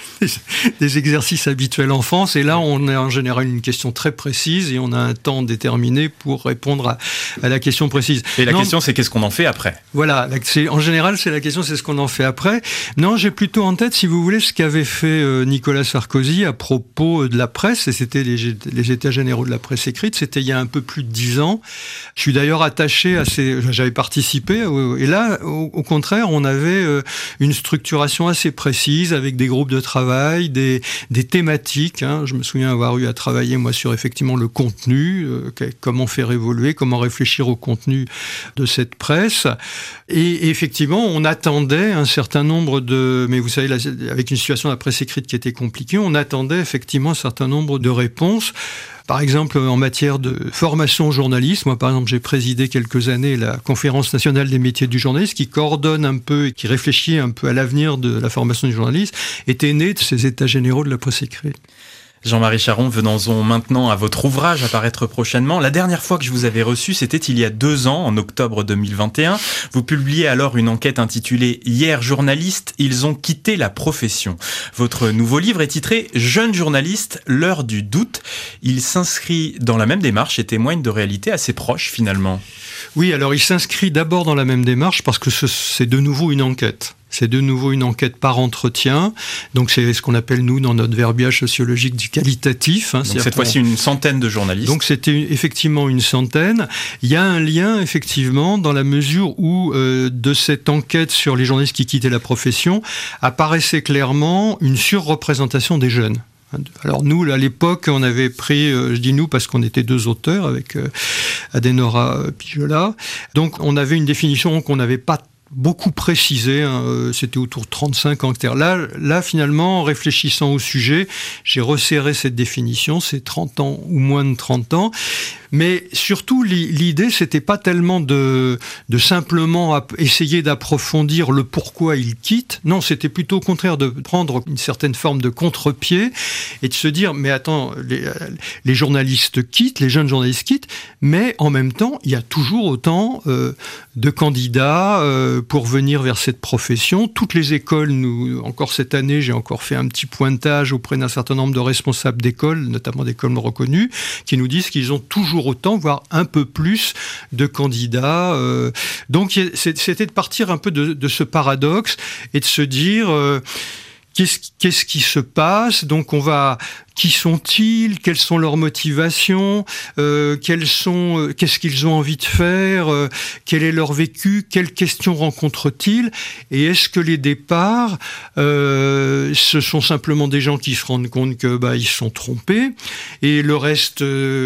des exercices habituels en France, et là on a en général une question très précise et on a un temps déterminé pour répondre à, à la question précise. Et la non, question c'est qu'est-ce qu'on en fait après ? Voilà, c'est, en général c'est la question, c'est ce qu'on en fait après. Non, j'ai plutôt en tête, si vous voulez, ce qu'avait fait euh, Nicolas Sarkozy à propos de la presse, et c'était les, les états généraux de la presse écrite, c'était il y a un peu plus de dix ans. Je suis d'ailleurs attaché à ces... J'avais participé, euh, et là, au, au contraire, on avait euh, une structuration assez précise avec des groupes de travail, Des, des thématiques. Hein. Je me souviens avoir eu à travailler, moi, sur effectivement le contenu, euh, comment faire évoluer, comment réfléchir au contenu de cette presse. Et, et effectivement, on attendait un certain nombre de... Mais vous savez, là, avec une situation de la presse écrite qui était compliquée, on attendait effectivement un certain nombre de réponses. Par exemple, en matière de formation journaliste, moi, par exemple, j'ai présidé quelques années la Conférence nationale des métiers du journaliste, qui coordonne un peu et qui réfléchit un peu à l'avenir de la formation du journaliste, était née de ces états généraux de la presse écrite. Jean-Marie Charon, venons-en maintenant à votre ouvrage à paraître prochainement. La dernière fois que je vous avais reçu, c'était il y a deux ans, en octobre deux mille vingt et un. Vous publiez alors une enquête intitulée « Hier journalistes, ils ont quitté la profession ». Votre nouveau livre est titré « Jeunes journalistes, l'heure du doute ». Il s'inscrit dans la même démarche et témoigne de réalités assez proches finalement. Oui, alors il s'inscrit d'abord dans la même démarche parce que ce, c'est de nouveau une enquête. C'est de nouveau une enquête par entretien. Donc c'est ce qu'on appelle, nous, dans notre verbiage sociologique, du qualitatif. Hein. Donc cette fois-ci, une centaine de journalistes. Donc c'était effectivement une centaine. Il y a un lien, effectivement, dans la mesure où, euh, de cette enquête sur les journalistes qui quittaient la profession, apparaissait clairement une surreprésentation des jeunes. Alors nous, à l'époque, on avait pris, je dis nous parce qu'on était deux auteurs avec Adenora Pijola, donc on avait une définition qu'on n'avait pas beaucoup précisée, hein, c'était autour de trente-cinq ans. Là, là, finalement, en réfléchissant au sujet, j'ai resserré cette définition, c'est trente ans ou moins de trente ans. Mais surtout, l'idée, c'était pas tellement de, de simplement essayer d'approfondir le pourquoi ils quittent. Non, c'était plutôt au contraire de prendre une certaine forme de contre-pied et de se dire, mais attends, les, les journalistes quittent, les jeunes journalistes quittent, mais en même temps, il y a toujours autant euh, de candidats euh, pour venir vers cette profession. Toutes les écoles, nous, encore cette année, j'ai encore fait un petit pointage auprès d'un certain nombre de responsables d'écoles, notamment d'écoles reconnues, qui nous disent qu'ils ont toujours autant, voire un peu plus de candidats. Euh, donc c'était de partir un peu de, de ce paradoxe et de se dire euh, qu'est-ce, qu'est-ce qui se passe. Donc on va... Qui sont-ils ? Quelles sont leurs motivations ? euh, quels sont, euh, Qu'est-ce qu'ils ont envie de faire ? euh, Quel est leur vécu ? Quelles questions rencontrent-ils ? Et est-ce que les départs, euh, ce sont simplement des gens qui se rendent compte que bah, ils se sont trompés et le reste,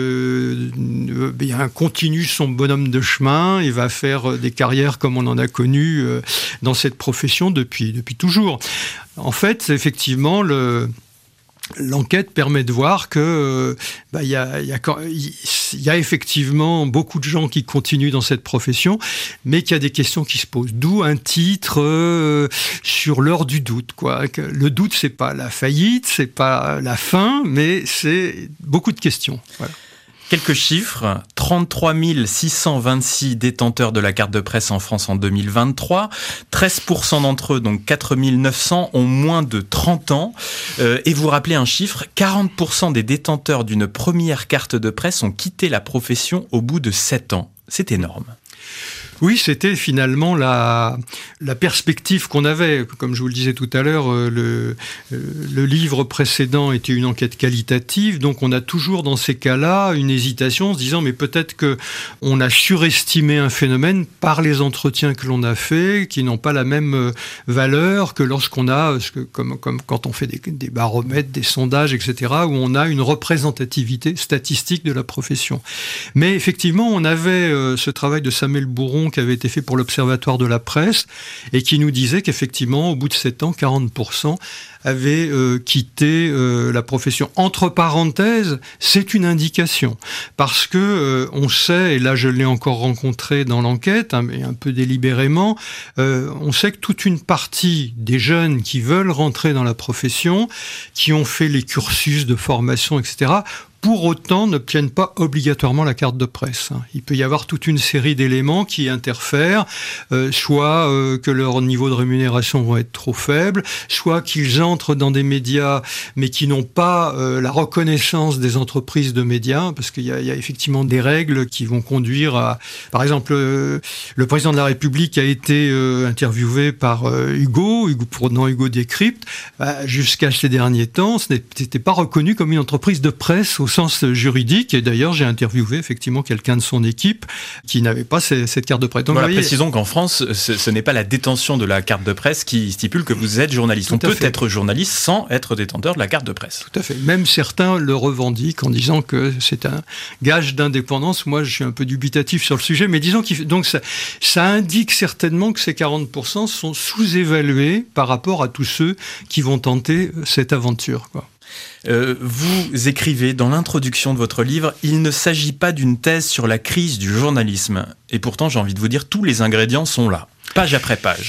euh, euh, bien, continue son bonhomme de chemin et va faire des carrières comme on en a connu euh, dans cette profession depuis, depuis toujours. En fait, effectivement, le... L'enquête permet de voir que bah, y a, y a, y a effectivement beaucoup de gens qui continuent dans cette profession, mais qu'il y a des questions qui se posent. D'où un titre euh, sur l'heure du doute, quoi. Le doute, c'est pas la faillite, c'est pas la fin, mais c'est beaucoup de questions. Voilà. Quelques chiffres, trente-trois mille six cent vingt-six détenteurs de la carte de presse en France en deux mille vingt-trois, treize pour cent d'entre eux, donc quatre mille neuf cents, ont moins de trente ans. Euh, et vous rappelez un chiffre, quarante pour cent des détenteurs d'une première carte de presse ont quitté la profession au bout de sept ans. C'est énorme. Oui, c'était finalement la, la perspective qu'on avait. Comme je vous le disais tout à l'heure, le, le livre précédent était une enquête qualitative, donc on a toujours dans ces cas-là une hésitation en se disant mais peut-être qu'on a surestimé un phénomène par les entretiens que l'on a faits, qui n'ont pas la même valeur que lorsqu'on a, comme, comme quand on fait des, des baromètres, des sondages, et cetera, où on a une représentativité statistique de la profession. Mais effectivement, on avait ce travail de Samuel Bourron qui avait été fait pour l'Observatoire de la presse et qui nous disait qu'effectivement, au bout de sept ans, quarante pour cent avaient euh, quitté euh, la profession. Entre parenthèses, c'est une indication parce que euh, on sait, et là je l'ai encore rencontré dans l'enquête, hein, mais un peu délibérément, euh, on sait que toute une partie des jeunes qui veulent rentrer dans la profession, qui ont fait les cursus de formation, et cetera, pour autant n'obtiennent pas obligatoirement la carte de presse. Il peut y avoir toute une série d'éléments qui interfèrent, euh, soit euh, que leur niveau de rémunération va être trop faible, soit qu'ils entrent dans des médias mais qui n'ont pas euh, la reconnaissance des entreprises de médias, parce qu'il y a, il y a effectivement des règles qui vont conduire à... Par exemple, euh, le président de la République a été euh, interviewé par euh, Hugo, Hugo provenant Hugo Décrypte. Bah, jusqu'à ces derniers temps, ce n'était pas reconnu comme une entreprise de presse au sens juridique, et d'ailleurs j'ai interviewé effectivement quelqu'un de son équipe qui n'avait pas ces, cette carte de presse. Donc, voilà, voyez, précisons qu'en France, ce, ce n'est pas la détention de la carte de presse qui stipule que vous êtes journaliste. On peut fait. être journaliste sans être détenteur de la carte de presse. Tout à fait. Même certains le revendiquent en disant que c'est un gage d'indépendance. Moi, je suis un peu dubitatif sur le sujet, mais disons que donc ça, ça indique certainement que ces quarante pour cent sont sous-évalués par rapport à tous ceux qui vont tenter cette aventure, quoi. Euh, vous écrivez dans l'introduction de votre livre « Il ne s'agit pas d'une thèse sur la crise du journalisme ». Et pourtant, j'ai envie de vous dire, tous les ingrédients sont là, page après page.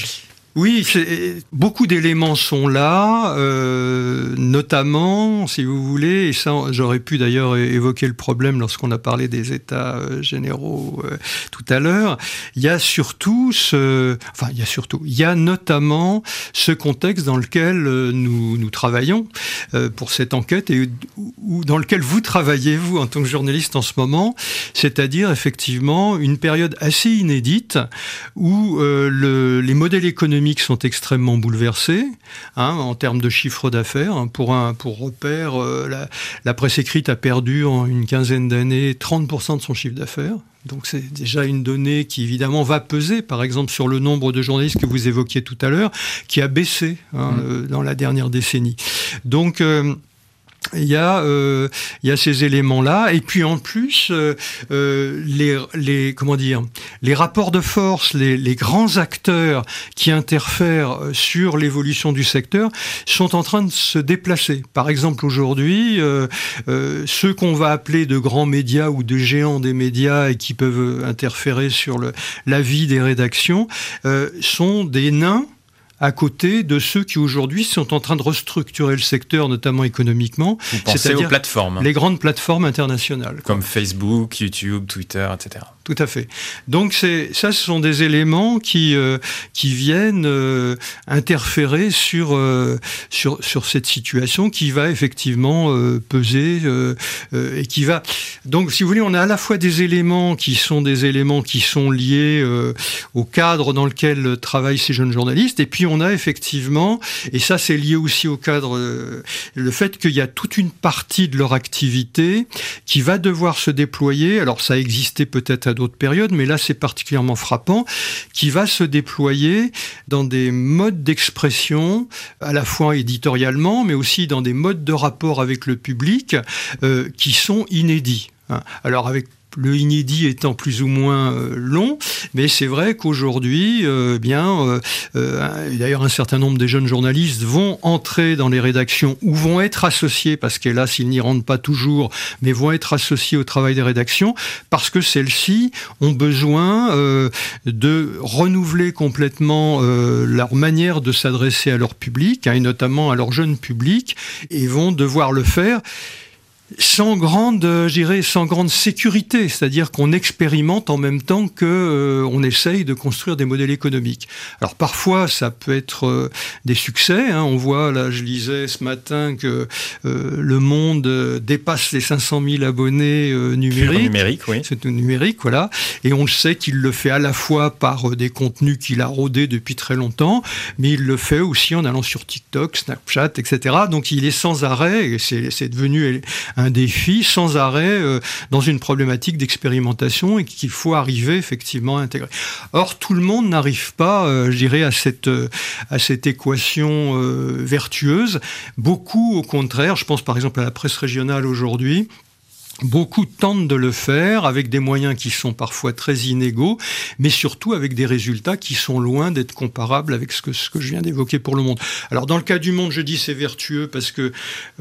Oui, c'est, beaucoup d'éléments sont là, euh, notamment, si vous voulez, et ça, j'aurais pu d'ailleurs évoquer le problème lorsqu'on a parlé des états euh, généraux euh, tout à l'heure. Il y a surtout ce, enfin, il y a surtout, il y a notamment ce contexte dans lequel euh, nous nous travaillons euh, pour cette enquête et ou dans lequel vous travaillez vous en tant que journaliste en ce moment, c'est-à-dire effectivement une période assez inédite où euh, le, les modèles économiques sont extrêmement bouleversés hein, en termes de chiffre d'affaires. Hein, pour, un, pour repère, euh, la, la presse écrite a perdu en une quinzaine d'années trente pour cent de son chiffre d'affaires. Donc c'est déjà une donnée qui évidemment va peser, par exemple sur le nombre de journalistes que vous évoquiez tout à l'heure, qui a baissé hein, mmh. euh, dans la dernière décennie. Donc euh, il y a euh, il y a ces éléments-là et puis en plus euh, euh, les les comment dire les rapports de force, les les grands acteurs qui interfèrent sur l'évolution du secteur sont en train de se déplacer. Par exemple aujourd'hui, euh, euh, ceux qu'on va appeler de grands médias ou de géants des médias et qui peuvent interférer sur le la vie des rédactions euh, sont des nains à côté de ceux qui aujourd'hui sont en train de restructurer le secteur, notamment économiquement. Vous pensez c'est-à-dire aux plateformes. Les grandes plateformes internationales. Comme Facebook, YouTube, Twitter, et cetera. Tout à fait. Donc c'est, ça, ce sont des éléments qui, euh, qui viennent euh, interférer sur, euh, sur, sur cette situation qui va effectivement euh, peser euh, euh, et qui va... Donc si vous voulez, on a à la fois des éléments qui sont des éléments qui sont liés euh, au cadre dans lequel travaillent ces jeunes journalistes et puis on a effectivement, et ça c'est lié aussi au cadre, euh, le fait qu'il y a toute une partie de leur activité qui va devoir se déployer, alors ça existait peut-être à d'autres périodes, mais là c'est particulièrement frappant, qui va se déployer dans des modes d'expression, à la fois éditorialement, mais aussi dans des modes de rapport avec le public euh, qui sont inédits. Hein. Alors avec le inédit étant plus ou moins euh, long, mais c'est vrai qu'aujourd'hui, euh, bien, euh, euh, d'ailleurs un certain nombre des jeunes journalistes vont entrer dans les rédactions ou vont être associés, parce qu'hélas ils n'y rentrent pas toujours, mais vont être associés au travail des rédactions, parce que celles-ci ont besoin euh, de renouveler complètement euh, leur manière de s'adresser à leur public, hein, et notamment à leur jeune public, et vont devoir le faire sans grande, je dirais, sans grande sécurité, c'est-à-dire qu'on expérimente en même temps que euh, on essaye de construire des modèles économiques. Alors parfois, ça peut être euh, des succès. Hein. On voit, là, je lisais ce matin que euh, Le Monde euh, dépasse les cinq cent mille abonnés euh, numériques. Pure numérique, oui. C'est numérique, voilà. Et on le sait qu'il le fait à la fois par euh, des contenus qu'il a rodés depuis très longtemps, mais il le fait aussi en allant sur TikTok, Snapchat, et cetera. Donc il est sans arrêt, et c'est, c'est devenu un défi sans arrêt euh, dans une problématique d'expérimentation et qu'il faut arriver effectivement à intégrer. Or, tout le monde n'arrive pas, euh, je dirais, à cette, euh, à cette équation euh, vertueuse. Beaucoup, au contraire, je pense par exemple à la presse régionale aujourd'hui, beaucoup tentent de le faire avec des moyens qui sont parfois très inégaux, mais surtout avec des résultats qui sont loin d'être comparables avec ce que, ce que je viens d'évoquer pour Le Monde. Alors dans le cas du Monde, je dis c'est vertueux parce que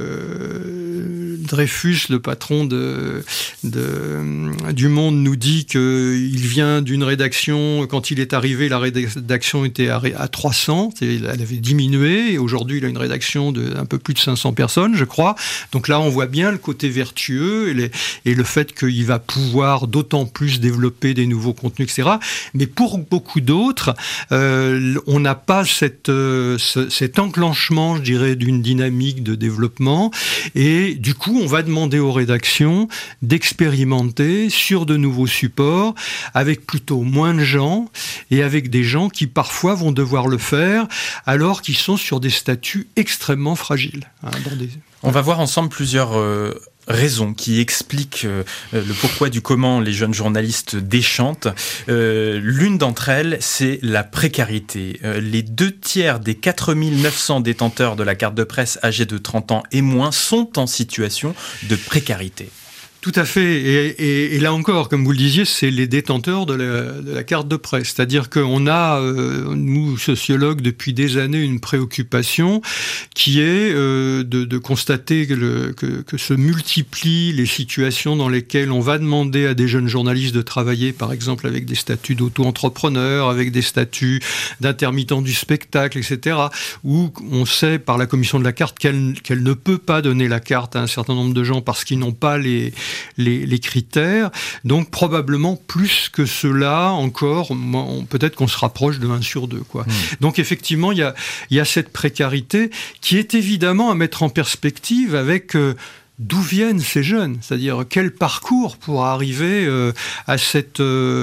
euh, Dreyfus, le patron de, de, du Monde, nous dit qu'il vient d'une rédaction, quand il est arrivé, la rédaction était à, à trois cents, elle avait diminué, et aujourd'hui il a une rédaction de un peu plus de cinq cents personnes, je crois. Donc là on voit bien le côté vertueux et les et le fait qu'il va pouvoir d'autant plus développer des nouveaux contenus, et cetera. Mais pour beaucoup d'autres, euh, on n'a pas cette, euh, ce, cet enclenchement, je dirais, d'une dynamique de développement. Et du coup, on va demander aux rédactions d'expérimenter sur de nouveaux supports, avec plutôt moins de gens, et avec des gens qui parfois vont devoir le faire, alors qu'ils sont sur des statuts extrêmement fragiles. Hein, dans des... On va voir ensemble plusieurs... Euh... raisons qui expliquent euh, le pourquoi du comment les jeunes journalistes déchantent. Euh, l'une d'entre elles, c'est la précarité. Euh, les deux tiers des quatre mille neuf cents détenteurs de la carte de presse âgés de trente ans et moins sont en situation de précarité. Tout à fait. Et, et, et là encore, comme vous le disiez, c'est les détenteurs de la, de la carte de presse. C'est-à-dire qu'on a, euh, nous, sociologues, depuis des années, une préoccupation qui est euh, de, de constater que, le, que, que se multiplient les situations dans lesquelles on va demander à des jeunes journalistes de travailler, par exemple, avec des statuts d'auto-entrepreneurs, avec des statuts d'intermittents du spectacle, et cetera, où on sait par la commission de la carte qu'elle, qu'elle ne peut pas donner la carte à un certain nombre de gens parce qu'ils n'ont pas les Les, les critères, donc probablement plus que cela encore, on, peut-être qu'on se rapproche de un sur deux, quoi. Mmh. Donc effectivement, il y a, il y a cette précarité qui est évidemment à mettre en perspective avec euh, d'où viennent ces jeunes, c'est-à-dire quel parcours pour arriver euh, à cette euh,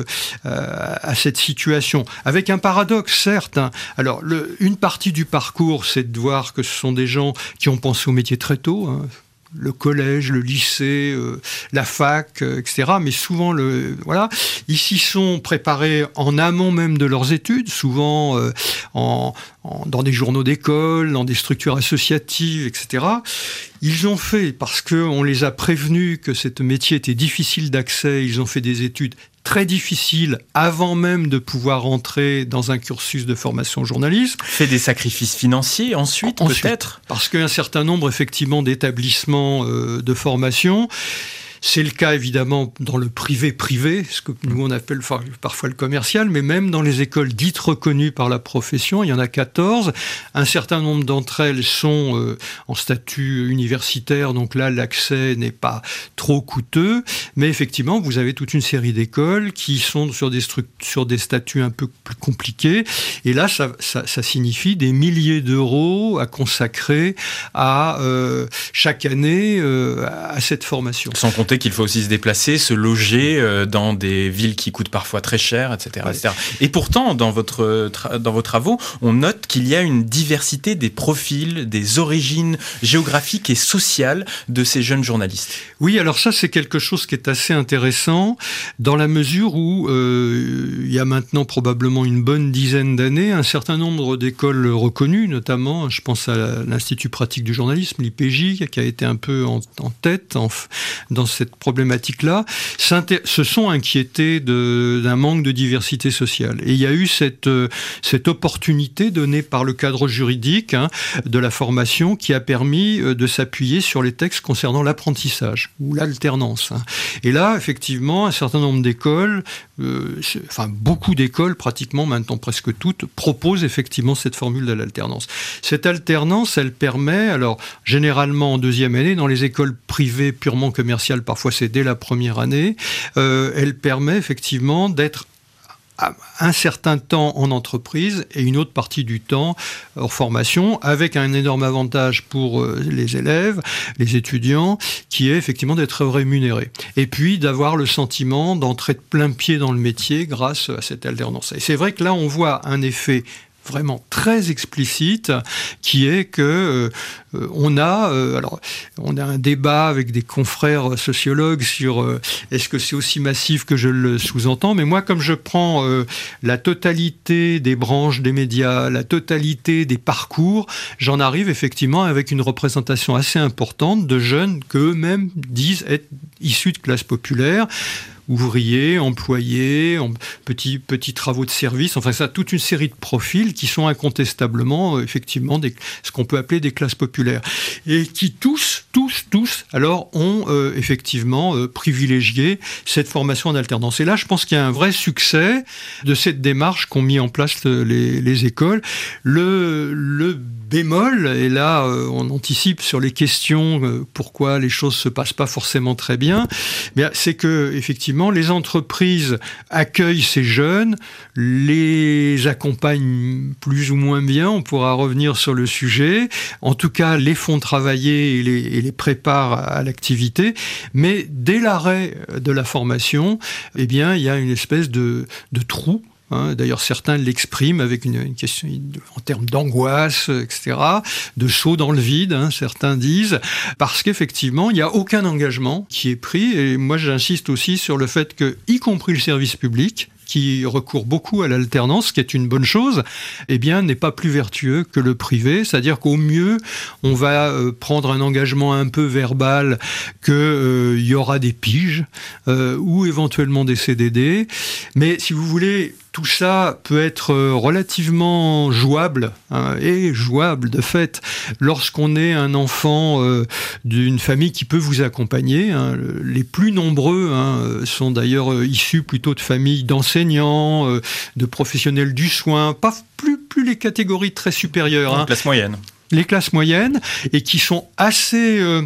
à cette situation, avec un paradoxe certes. Hein. Alors le, une partie du parcours, c'est de voir que ce sont des gens qui ont pensé au métier très tôt. Hein. Le collège, le lycée, euh, la fac, euh, et cetera. Mais souvent, le, voilà, ils s'y sont préparés en amont même de leurs études, souvent euh, en, en, dans des journaux d'école, dans des structures associatives, et cetera. Ils ont fait, parce qu'on les a prévenus que ce métier était difficile d'accès, ils ont fait des études très difficiles avant même de pouvoir entrer dans un cursus de formation journaliste. Fait des sacrifices financiers ensuite, ensuite peut-être. Parce qu'un certain nombre, effectivement, d'établissements euh, de formation. C'est le cas évidemment dans le privé-privé, ce que nous on appelle parfois le commercial, mais même dans les écoles dites reconnues par la profession, il y en a quatorze. Un certain nombre d'entre elles sont euh, en statut universitaire, donc là l'accès n'est pas trop coûteux, mais effectivement vous avez toute une série d'écoles qui sont sur des, stru- sur des statuts un peu plus compliqués, et là ça, ça, ça signifie des milliers d'euros à consacrer à euh, chaque année euh, à cette formation. Sans compter qu'il faut aussi se déplacer, se loger euh, dans des villes qui coûtent parfois très cher, et cetera, ouais. et cetera. Et pourtant, dans, votre tra- dans vos travaux, on note qu'il y a une diversité des profils, des origines géographiques et sociales de ces jeunes journalistes. Oui, alors ça, c'est quelque chose qui est assez intéressant, dans la mesure où euh, il y a maintenant probablement une bonne dizaine d'années, un certain nombre d'écoles reconnues, notamment, je pense à l'Institut pratique du journalisme, l'I P J, qui a été un peu en, en tête en, dans cette problématique-là, se sont inquiétés de, d'un manque de diversité sociale. Et il y a eu cette, cette opportunité donnée par le cadre juridique hein, de la formation qui a permis de s'appuyer sur les textes concernant l'apprentissage ou l'alternance. Hein. Et là, effectivement, un certain nombre d'écoles, euh, enfin beaucoup d'écoles, pratiquement maintenant presque toutes, proposent effectivement cette formule de l'alternance. Cette alternance, elle permet, alors généralement en deuxième année, dans les écoles privées purement commerciales, parfois c'est dès la première année, euh, elle permet effectivement d'être un certain temps en entreprise et une autre partie du temps hors formation, avec un énorme avantage pour les élèves, les étudiants, qui est effectivement d'être rémunérés. Et puis d'avoir le sentiment d'entrer de plein pied dans le métier grâce à cette alternance. Et c'est vrai que là, on voit un effet vraiment très explicite, qui est que euh, on a, euh, alors on a un débat avec des confrères sociologues sur euh, est-ce que c'est aussi massif que je le sous-entends, mais moi comme je prends euh, la totalité des branches des médias, la totalité des parcours, j'en arrive effectivement avec une représentation assez importante de jeunes qu'eux-mêmes disent être issus de classes populaires, ouvriers, employés, en petits, petits travaux de service, enfin ça, toute une série de profils qui sont incontestablement, euh, effectivement, des, ce qu'on peut appeler des classes populaires. Et qui tous, tous, tous, alors, ont euh, effectivement euh, privilégié cette formation en alternance. Et là, je pense qu'il y a un vrai succès de cette démarche qu'ont mis en place le, les, les écoles. Le, le bémol, et là, euh, on anticipe sur les questions, euh, pourquoi les choses se passent pas forcément très bien, bien c'est que, effectivement, les entreprises accueillent ces jeunes, les accompagnent plus ou moins bien, on pourra revenir sur le sujet, en tout cas les font travailler et les, et les préparent à l'activité, mais dès l'arrêt de la formation, eh bien, il y a une espèce de, de trou. Hein, d'ailleurs, certains l'expriment avec une, une question en termes d'angoisse, et cetera, de saut dans le vide, hein, certains disent, parce qu'effectivement, il n'y a aucun engagement qui est pris. Et moi, j'insiste aussi sur le fait que, y compris le service public, qui recourt beaucoup à l'alternance, ce qui est une bonne chose, eh bien, n'est pas plus vertueux que le privé. C'est-à-dire qu'au mieux, on va euh, prendre un engagement un peu verbal qu'il euh, y aura des piges euh, ou éventuellement des C D D. Mais si vous voulez, tout ça peut être relativement jouable, hein, et jouable de fait, lorsqu'on est un enfant euh, d'une famille qui peut vous accompagner. Hein. Les plus nombreux hein, sont d'ailleurs issus plutôt de familles d'enseignants, euh, de professionnels du soin, pas plus, plus les catégories très supérieures. Hein. Hein. Classe moyenne. Les classes moyennes, et qui sont assez... Euh,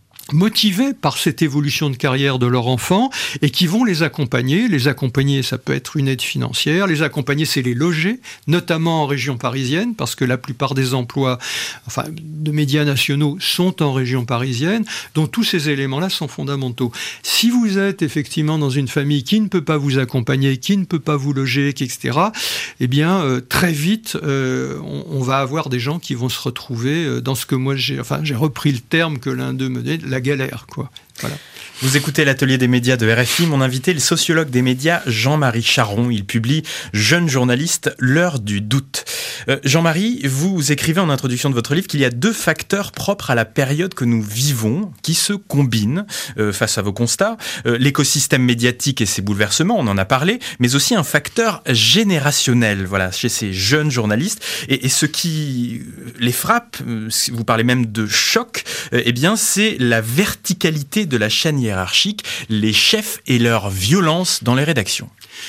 motivés par cette évolution de carrière de leur enfant et qui vont les accompagner. Les accompagner, ça peut être une aide financière. Les accompagner, c'est les loger, notamment en région parisienne, parce que la plupart des emplois enfin, de médias nationaux sont en région parisienne. Donc tous ces éléments-là sont fondamentaux. Si vous êtes effectivement dans une famille qui ne peut pas vous accompagner, qui ne peut pas vous loger, et cetera, eh bien, euh, très vite, euh, on, on va avoir des gens qui vont se retrouver dans ce que moi, j'ai, enfin, j'ai repris le terme que l'un d'eux me dit, la galère, quoi. Voilà. Vous écoutez l'atelier des médias de R F I. Mon invité est le sociologue des médias Jean-Marie Charon. Il publie Jeunes journalistes, l'heure du doute. Euh, Jean-Marie, vous écrivez en introduction de votre livre qu'il y a deux facteurs propres à la période que nous vivons qui se combinent euh, face à vos constats. Euh, l'écosystème médiatique et ses bouleversements, on en a parlé, mais aussi un facteur générationnel, voilà, chez ces jeunes journalistes. Et, et ce qui les frappe, euh, vous parlez même de choc, euh, eh bien, c'est la verticalité de la chaîne hiérarchique, les chefs et leur violence dans les rédactions.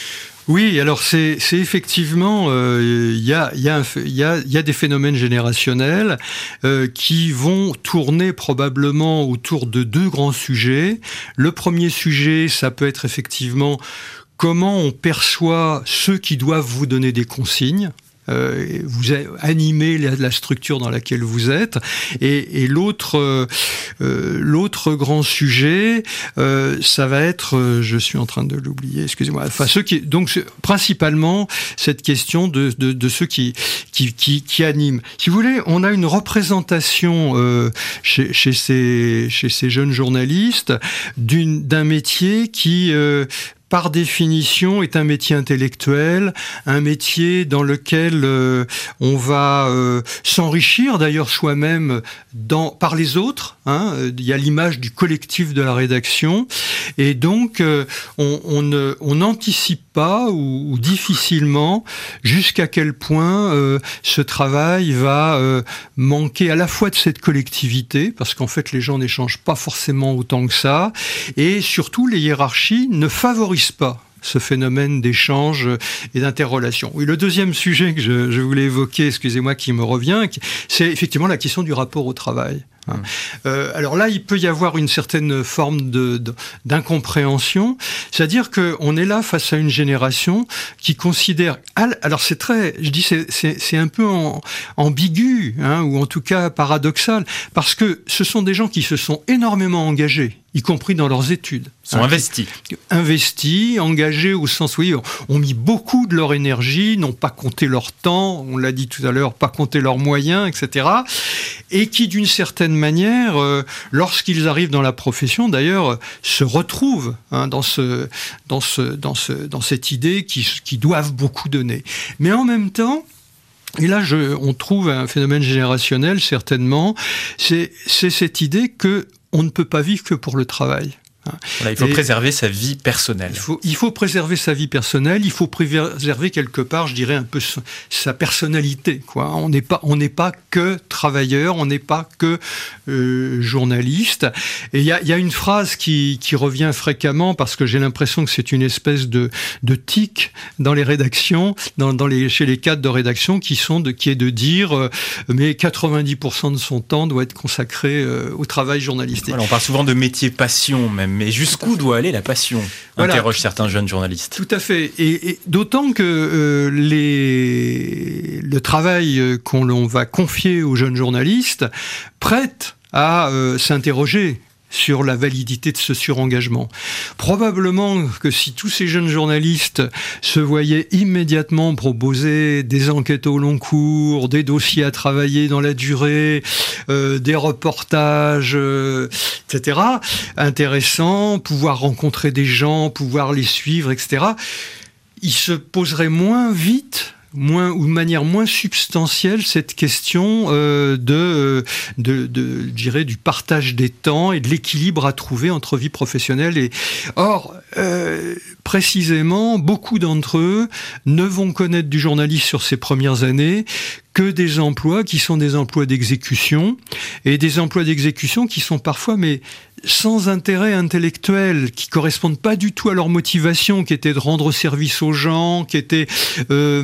Oui, alors c'est, c'est effectivement, il euh, y, a, y, a y, a, y a des phénomènes générationnels euh, qui vont tourner probablement autour de deux grands sujets. Le premier sujet, ça peut être effectivement comment on perçoit ceux qui doivent vous donner des consignes. Euh, vous animez la, la structure dans laquelle vous êtes, et, et l'autre, euh, l'autre grand sujet, euh, ça va être, euh, je suis en train de l'oublier, excusez-moi. Enfin, ceux qui, donc principalement cette question de, de, de ceux qui, qui, qui, qui animent. Si vous voulez, on a une représentation euh, chez, chez ces, chez ces jeunes journalistes d'une, d'un métier qui euh, par définition, est un métier intellectuel, un métier dans lequel euh, on va euh, s'enrichir d'ailleurs soi-même dans, par les autres. Hein, il y a l'image du collectif de la rédaction, et donc euh, on, on, ne, on n'anticipe pas ou, ou difficilement jusqu'à quel point euh, ce travail va euh, manquer à la fois de cette collectivité, parce qu'en fait les gens n'échangent pas forcément autant que ça, et surtout les hiérarchies ne favorisent pas ce phénomène d'échange et d'interrelation. Oui, le deuxième sujet que je, je voulais évoquer, excusez-moi, qui me revient, c'est effectivement la question du rapport au travail. Mmh. Euh, alors là, il peut y avoir une certaine forme de, de, d'incompréhension, c'est-à-dire qu'on est là face à une génération qui considère... Alors c'est très... Je dis c'est, c'est, c'est un peu en, ambigu, hein, ou en tout cas paradoxal, parce que ce sont des gens qui se sont énormément engagés, y compris dans leurs études. Ils sont hein, investis. Investis, engagés au sens où ils ont, ont mis beaucoup de leur énergie, n'ont pas compté leur temps, on l'a dit tout à l'heure, pas compté leurs moyens, et cetera. Et qui, d'une certaine manière, euh, lorsqu'ils arrivent dans la profession, d'ailleurs, se retrouvent hein, dans, ce, dans, ce, dans, ce, dans cette idée qu'ils, qu'ils doivent beaucoup donner. Mais en même temps, et là, je, on trouve un phénomène générationnel, certainement, c'est, c'est cette idée que on ne peut pas vivre que pour le travail. Voilà, il faut et préserver sa vie personnelle. Il faut, il faut préserver sa vie personnelle, il faut préserver quelque part, je dirais, un peu sa personnalité, quoi. On n'est pas, on n'est pas que travailleur, on n'est pas que euh, journaliste. Et il y a, y a une phrase qui, qui revient fréquemment, parce que j'ai l'impression que c'est une espèce de, de tic dans les rédactions, dans, dans les, chez les cadres de rédaction, qui, sont de, qui est de dire euh, mais quatre-vingt-dix pour cent de son temps doit être consacré euh, au travail journalistique. Voilà, on parle souvent de métier passion, même. Mais jusqu'où doit aller la passion ? Voilà. Interroge certains jeunes journalistes. Tout à fait. Et, et d'autant que euh, les... le travail qu'on l'on va confier aux jeunes journalistes prête à euh, s'interroger sur la validité de ce surengagement. Probablement que si tous ces jeunes journalistes se voyaient immédiatement proposer des enquêtes au long cours, des dossiers à travailler dans la durée, euh, des reportages, euh, et cetera, intéressants, pouvoir rencontrer des gens, pouvoir les suivre, et cetera, il se poserait moins vite, moins ou de manière moins substantielle cette question euh, de, de, de, je dirais, du partage des temps et de l'équilibre à trouver entre vie professionnelle et... Or, euh, précisément, beaucoup d'entre eux ne vont connaître du journalisme sur ces premières années que des emplois qui sont des emplois d'exécution, et des emplois d'exécution qui sont parfois, mais sans intérêt intellectuel, qui correspondent pas du tout à leur motivation, qui était de rendre service aux gens, qui était... Euh,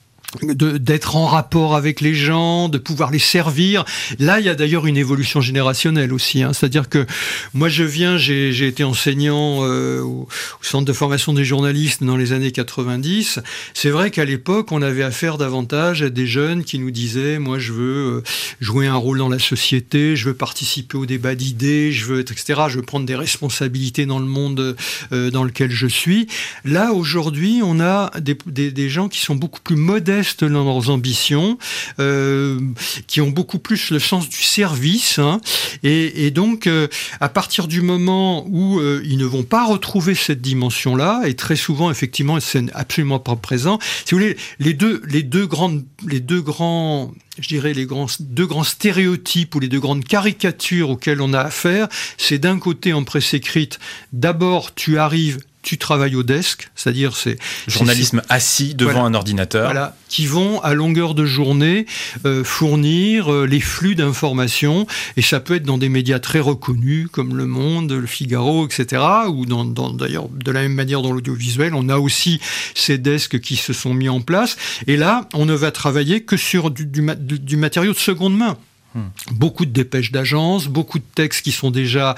De, d'être en rapport avec les gens, de pouvoir les servir. Là, il y a d'ailleurs une évolution générationnelle aussi. Hein. C'est-à-dire que moi, je viens, j'ai, j'ai été enseignant euh, au, au centre de formation des journalistes dans les années quatre-vingt-dix. C'est vrai qu'à l'époque, on avait affaire davantage à des jeunes qui nous disaient « Moi, je veux jouer un rôle dans la société, je veux participer au débat d'idées, je veux, et cetera. Je veux prendre des responsabilités dans le monde euh, dans lequel je suis. » Là, aujourd'hui, on a des, des, des gens qui sont beaucoup plus modestes dans leurs ambitions, euh, qui ont beaucoup plus le sens du service, hein, et, et donc euh, à partir du moment où euh, ils ne vont pas retrouver cette dimension-là, et très souvent effectivement c'est absolument pas présent. Si vous voulez, les deux, les deux grandes, les deux grands, je dirais les grands, deux grands stéréotypes ou les deux grandes caricatures auxquelles on a affaire, c'est d'un côté en presse écrite, d'abord tu arrives, tu travailles au desk, c'est-à-dire c'est... Journalisme c'est, assis devant voilà, un ordinateur. Voilà, qui vont à longueur de journée euh, fournir euh, les flux d'informations, et ça peut être dans des médias très reconnus comme Le Monde, Le Figaro, et cetera, ou dans, dans, d'ailleurs de la même manière dans l'audiovisuel, on a aussi ces desks qui se sont mis en place, et là, on ne va travailler que sur du, du, du matériau de seconde main. Hmm. Beaucoup de dépêches d'agence, beaucoup de textes qui sont déjà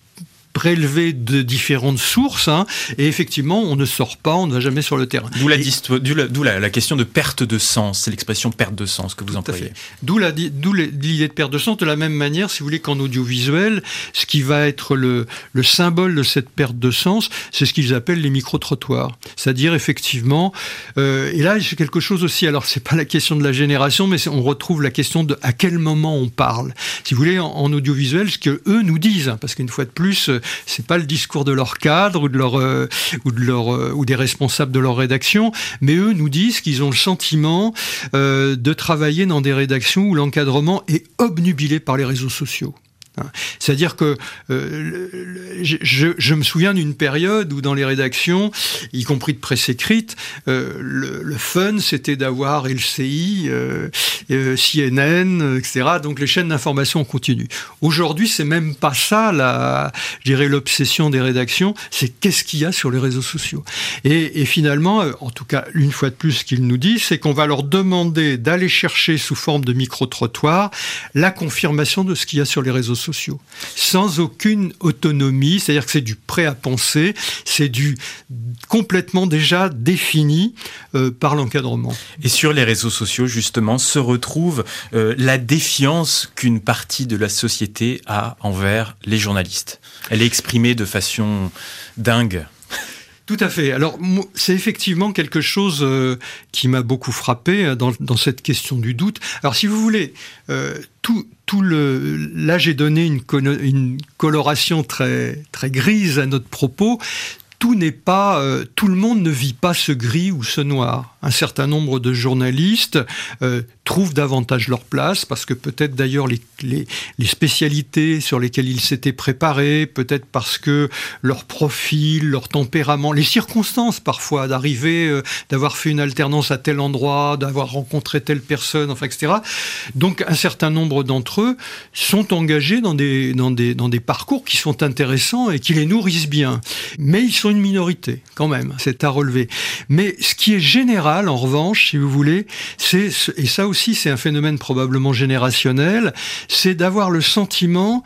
prélevés de différentes sources, hein, et effectivement, on ne sort pas, on ne va jamais sur le terrain. D'où la, et, dist- d'où la, d'où la, la question de perte de sens, c'est l'expression perte de sens que vous employez. D'où, la, d'où l'idée de perte de sens, de la même manière, si vous voulez, qu'en audiovisuel, ce qui va être le, le symbole de cette perte de sens, c'est ce qu'ils appellent les micro-trottoirs. C'est-à-dire, effectivement, euh, et là, c'est quelque chose aussi, alors c'est pas la question de la génération, mais on retrouve la question de à quel moment on parle. Si vous voulez, en, en audiovisuel, ce que eux nous disent, parce qu'une fois de plus, c'est pas le discours de leur cadre ou de leur euh, ou de leur euh, ou des responsables de leur rédaction, mais eux nous disent qu'ils ont le sentiment euh, de travailler dans des rédactions où l'encadrement est obnubilé par les réseaux sociaux. C'est-à-dire que euh, je, je, je me souviens d'une période où dans les rédactions, y compris de presse écrite, euh, le, le fun c'était d'avoir L C I, euh, euh, C N N, et cetera. Donc les chaînes d'information continuent. Aujourd'hui, c'est même pas ça, la, je dirais l'obsession des rédactions, c'est qu'est-ce qu'il y a sur les réseaux sociaux. Et, et finalement, en tout cas une fois de plus, ce qu'ils nous disent, c'est qu'on va leur demander d'aller chercher sous forme de micro-trottoir la confirmation de ce qu'il y a sur les réseaux sociaux. sociaux, sans aucune autonomie, c'est-à-dire que c'est du prêt à penser, c'est du complètement déjà défini euh, par l'encadrement. Et sur les réseaux sociaux, justement, se retrouve euh, la défiance qu'une partie de la société a envers les journalistes. Elle est exprimée de façon dingue. Tout à fait. Alors, c'est effectivement quelque chose euh, qui m'a beaucoup frappé dans, dans cette question du doute. Alors, si vous voulez, euh, tout, tout le, là, j'ai donné une, une coloration très, très grise à notre propos. Tout n'est pas, euh, tout le monde ne vit pas ce gris ou ce noir. Un certain nombre de journalistes euh, trouvent davantage leur place parce que peut-être d'ailleurs les, les, les spécialités sur lesquelles ils s'étaient préparés, peut-être parce que leur profil, leur tempérament, les circonstances parfois d'arriver, euh, d'avoir fait une alternance à tel endroit, d'avoir rencontré telle personne, enfin, et cetera. Donc un certain nombre d'entre eux sont engagés dans des, dans des, dans des parcours qui sont intéressants et qui les nourrissent bien. Mais ils sont une minorité, quand même, c'est à relever. Mais ce qui est général, en revanche, si vous voulez, c'est, et ça aussi c'est un phénomène probablement générationnel, c'est d'avoir le sentiment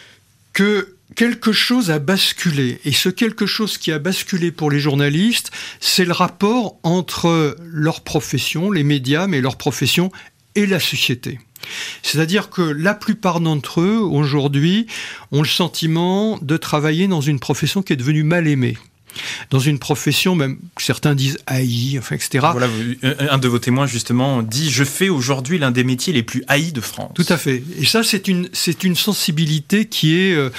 que quelque chose a basculé. Et ce quelque chose qui a basculé pour les journalistes, c'est le rapport entre leur profession, les médias, mais leur profession et la société. C'est-à-dire que la plupart d'entre eux, aujourd'hui, ont le sentiment de travailler dans une profession qui est devenue mal aimée. Dans une profession, même certains disent haïe, enfin, et cetera. Voilà, un de vos témoins, justement, dit « Je fais aujourd'hui l'un des métiers les plus haïs de France ». Tout à fait. Et ça, c'est une, c'est une sensibilité qui est, euh,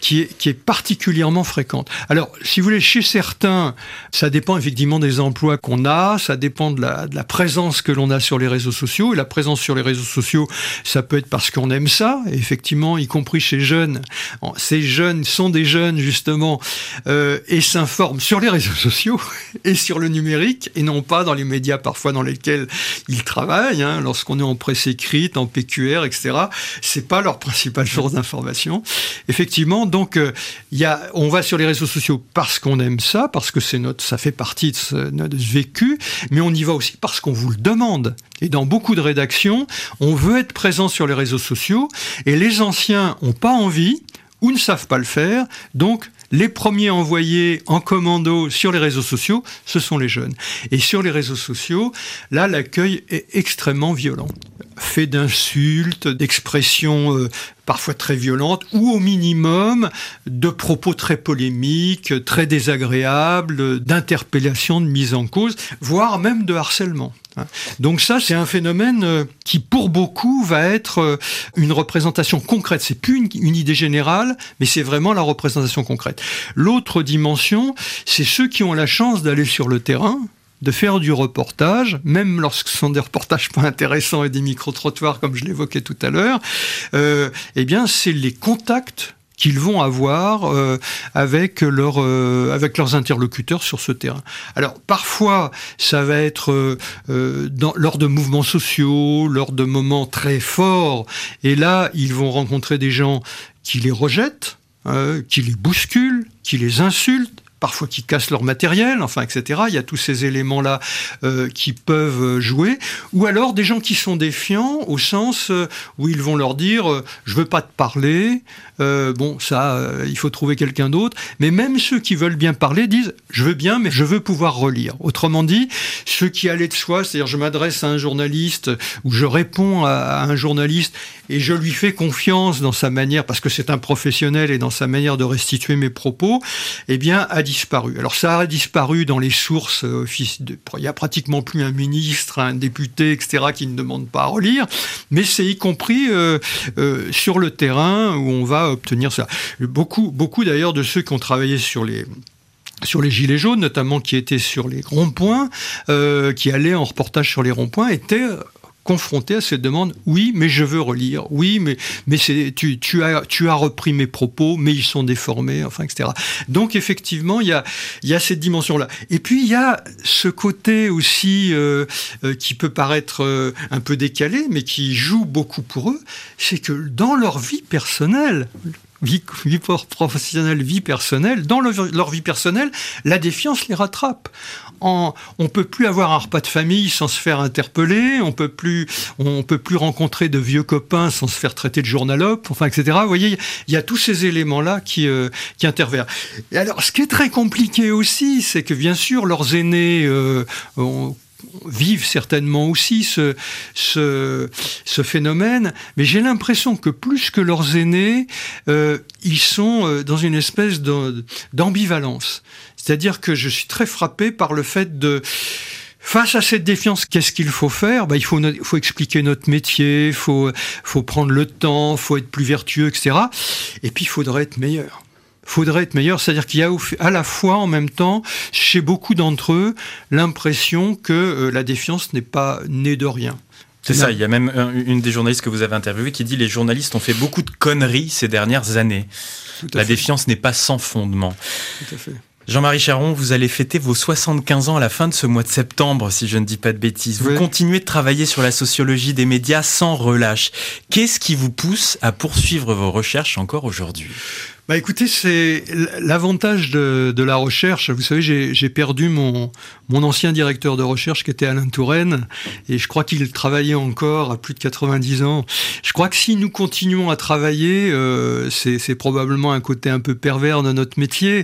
qui est, qui est particulièrement fréquente. Alors, si vous voulez, chez certains, ça dépend effectivement des emplois qu'on a, ça dépend de la, de la présence que l'on a sur les réseaux sociaux. Et la présence sur les réseaux sociaux, ça peut être parce qu'on aime ça. Et effectivement, y compris chez jeunes, ces jeunes sont des jeunes justement euh, et s'informent sur les réseaux sociaux et sur le numérique, et non pas dans les médias parfois dans lesquels ils travaillent. Hein, lorsqu'on est en presse écrite, en P Q R, et cetera, c'est pas leur principale source d'information. Effectivement, donc euh, y a, on va sur les réseaux sociaux parce qu'on aime ça, parce que c'est notre, ça fait partie de ce, notre vécu, mais on y va aussi parce qu'on vous le demande. Et dans beaucoup de rédactions, on veut être présent sur les réseaux sociaux, et les anciens n'ont pas envie ou ne savent pas le faire, donc les premiers envoyés en commando sur les réseaux sociaux, ce sont les jeunes. Et sur les réseaux sociaux, là, l'accueil est extrêmement violent. Fait d'insultes, d'expressions euh, parfois très violentes, ou au minimum de propos très polémiques, très désagréables, d'interpellations, de mise en cause, voire même de harcèlement. Donc ça, c'est un phénomène qui, pour beaucoup, va être une représentation concrète. C'est plus une, une idée générale, mais c'est vraiment la représentation concrète. L'autre dimension, c'est ceux qui ont la chance d'aller sur le terrain, de faire du reportage, même lorsque ce sont des reportages pas intéressants et des micro-trottoirs, comme je l'évoquais tout à l'heure, euh, eh bien, c'est les contacts qu'ils vont avoir euh, avec, leur, euh, avec leurs interlocuteurs sur ce terrain. Alors, parfois, ça va être euh, dans, lors de mouvements sociaux, lors de moments très forts, et là, ils vont rencontrer des gens qui les rejettent, euh, qui les bousculent, qui les insultent, parfois qui cassent leur matériel, enfin, et cetera. Il y a tous ces éléments-là euh, qui peuvent jouer. Ou alors des gens qui sont défiants, au sens euh, où ils vont leur dire euh, « je veux pas te parler euh, », bon, ça, euh, il faut trouver quelqu'un d'autre. Mais même ceux qui veulent bien parler disent « je veux bien, mais je veux pouvoir relire ». Autrement dit, ceux qui allaient de soi, c'est-à-dire je m'adresse à un journaliste ou je réponds à, à un journaliste et je lui fais confiance dans sa manière, parce que c'est un professionnel et dans sa manière de restituer mes propos, eh bien, a disparu. Alors ça a disparu dans les sources, euh, de, il n'y a pratiquement plus un ministre, un député, et cetera qui ne demande pas à relire, mais c'est y compris euh, euh, sur le terrain où on va obtenir ça. Beaucoup, beaucoup d'ailleurs de ceux qui ont travaillé sur les sur les gilets jaunes, notamment qui étaient sur les ronds-points, euh, qui allaient en reportage sur les ronds-points, étaient confronté à cette demande, oui, mais je veux relire, oui, mais, mais c'est, tu, tu, as, tu as repris mes propos, mais ils sont déformés, enfin, et cetera. Donc, effectivement, il y a, il y a cette dimension-là. Et puis, il y a ce côté aussi euh, euh, qui peut paraître euh, un peu décalé, mais qui joue beaucoup pour eux, c'est que dans leur vie personnelle, Vie, vie professionnelle, vie personnelle, dans le, leur vie personnelle, la défiance les rattrape. En, on peut plus avoir un repas de famille sans se faire interpeller, on peut plus, on peut plus rencontrer de vieux copains sans se faire traiter de journalope, enfin, et cetera. Vous voyez, il y a tous ces éléments-là qui, euh, qui interviennent. Et alors, ce qui est très compliqué aussi, c'est que bien sûr, leurs aînés euh, ont, vivent certainement aussi ce, ce, ce phénomène, mais j'ai l'impression que plus que leurs aînés, euh, ils sont dans une espèce d'ambivalence. C'est-à-dire que je suis très frappé par le fait de... Face à cette défiance, qu'est-ce qu'il faut faire ? Ben, il faut, no- faut expliquer notre métier, il faut, faut prendre le temps, il faut être plus vertueux, et cetera. Et puis, il faudrait être meilleur. Faudrait être meilleur, c'est-à-dire qu'il y a à la fois, en même temps, chez beaucoup d'entre eux, l'impression que euh, la défiance n'est pas née de rien. C'est ça, il y a même une des journalistes que vous avez interviewée qui dit « Les journalistes ont fait beaucoup de conneries ces dernières années. La fait. défiance n'est pas sans fondement. » Tout à fait. Jean-Marie Charon, vous allez fêter vos soixante-quinze ans à la fin de ce mois de septembre, si je ne dis pas de bêtises. Vous oui. continuez de travailler sur la sociologie des médias sans relâche. Qu'est-ce qui vous pousse à poursuivre vos recherches encore aujourd'hui ? Bah écoutez, c'est l'avantage de, de la recherche. Vous savez, j'ai, j'ai perdu mon, mon ancien directeur de recherche qui était Alain Touraine, et je crois qu'il travaillait encore à plus de quatre-vingt-dix ans. Je crois que si nous continuons à travailler, euh, c'est, c'est probablement un côté un peu pervers de notre métier,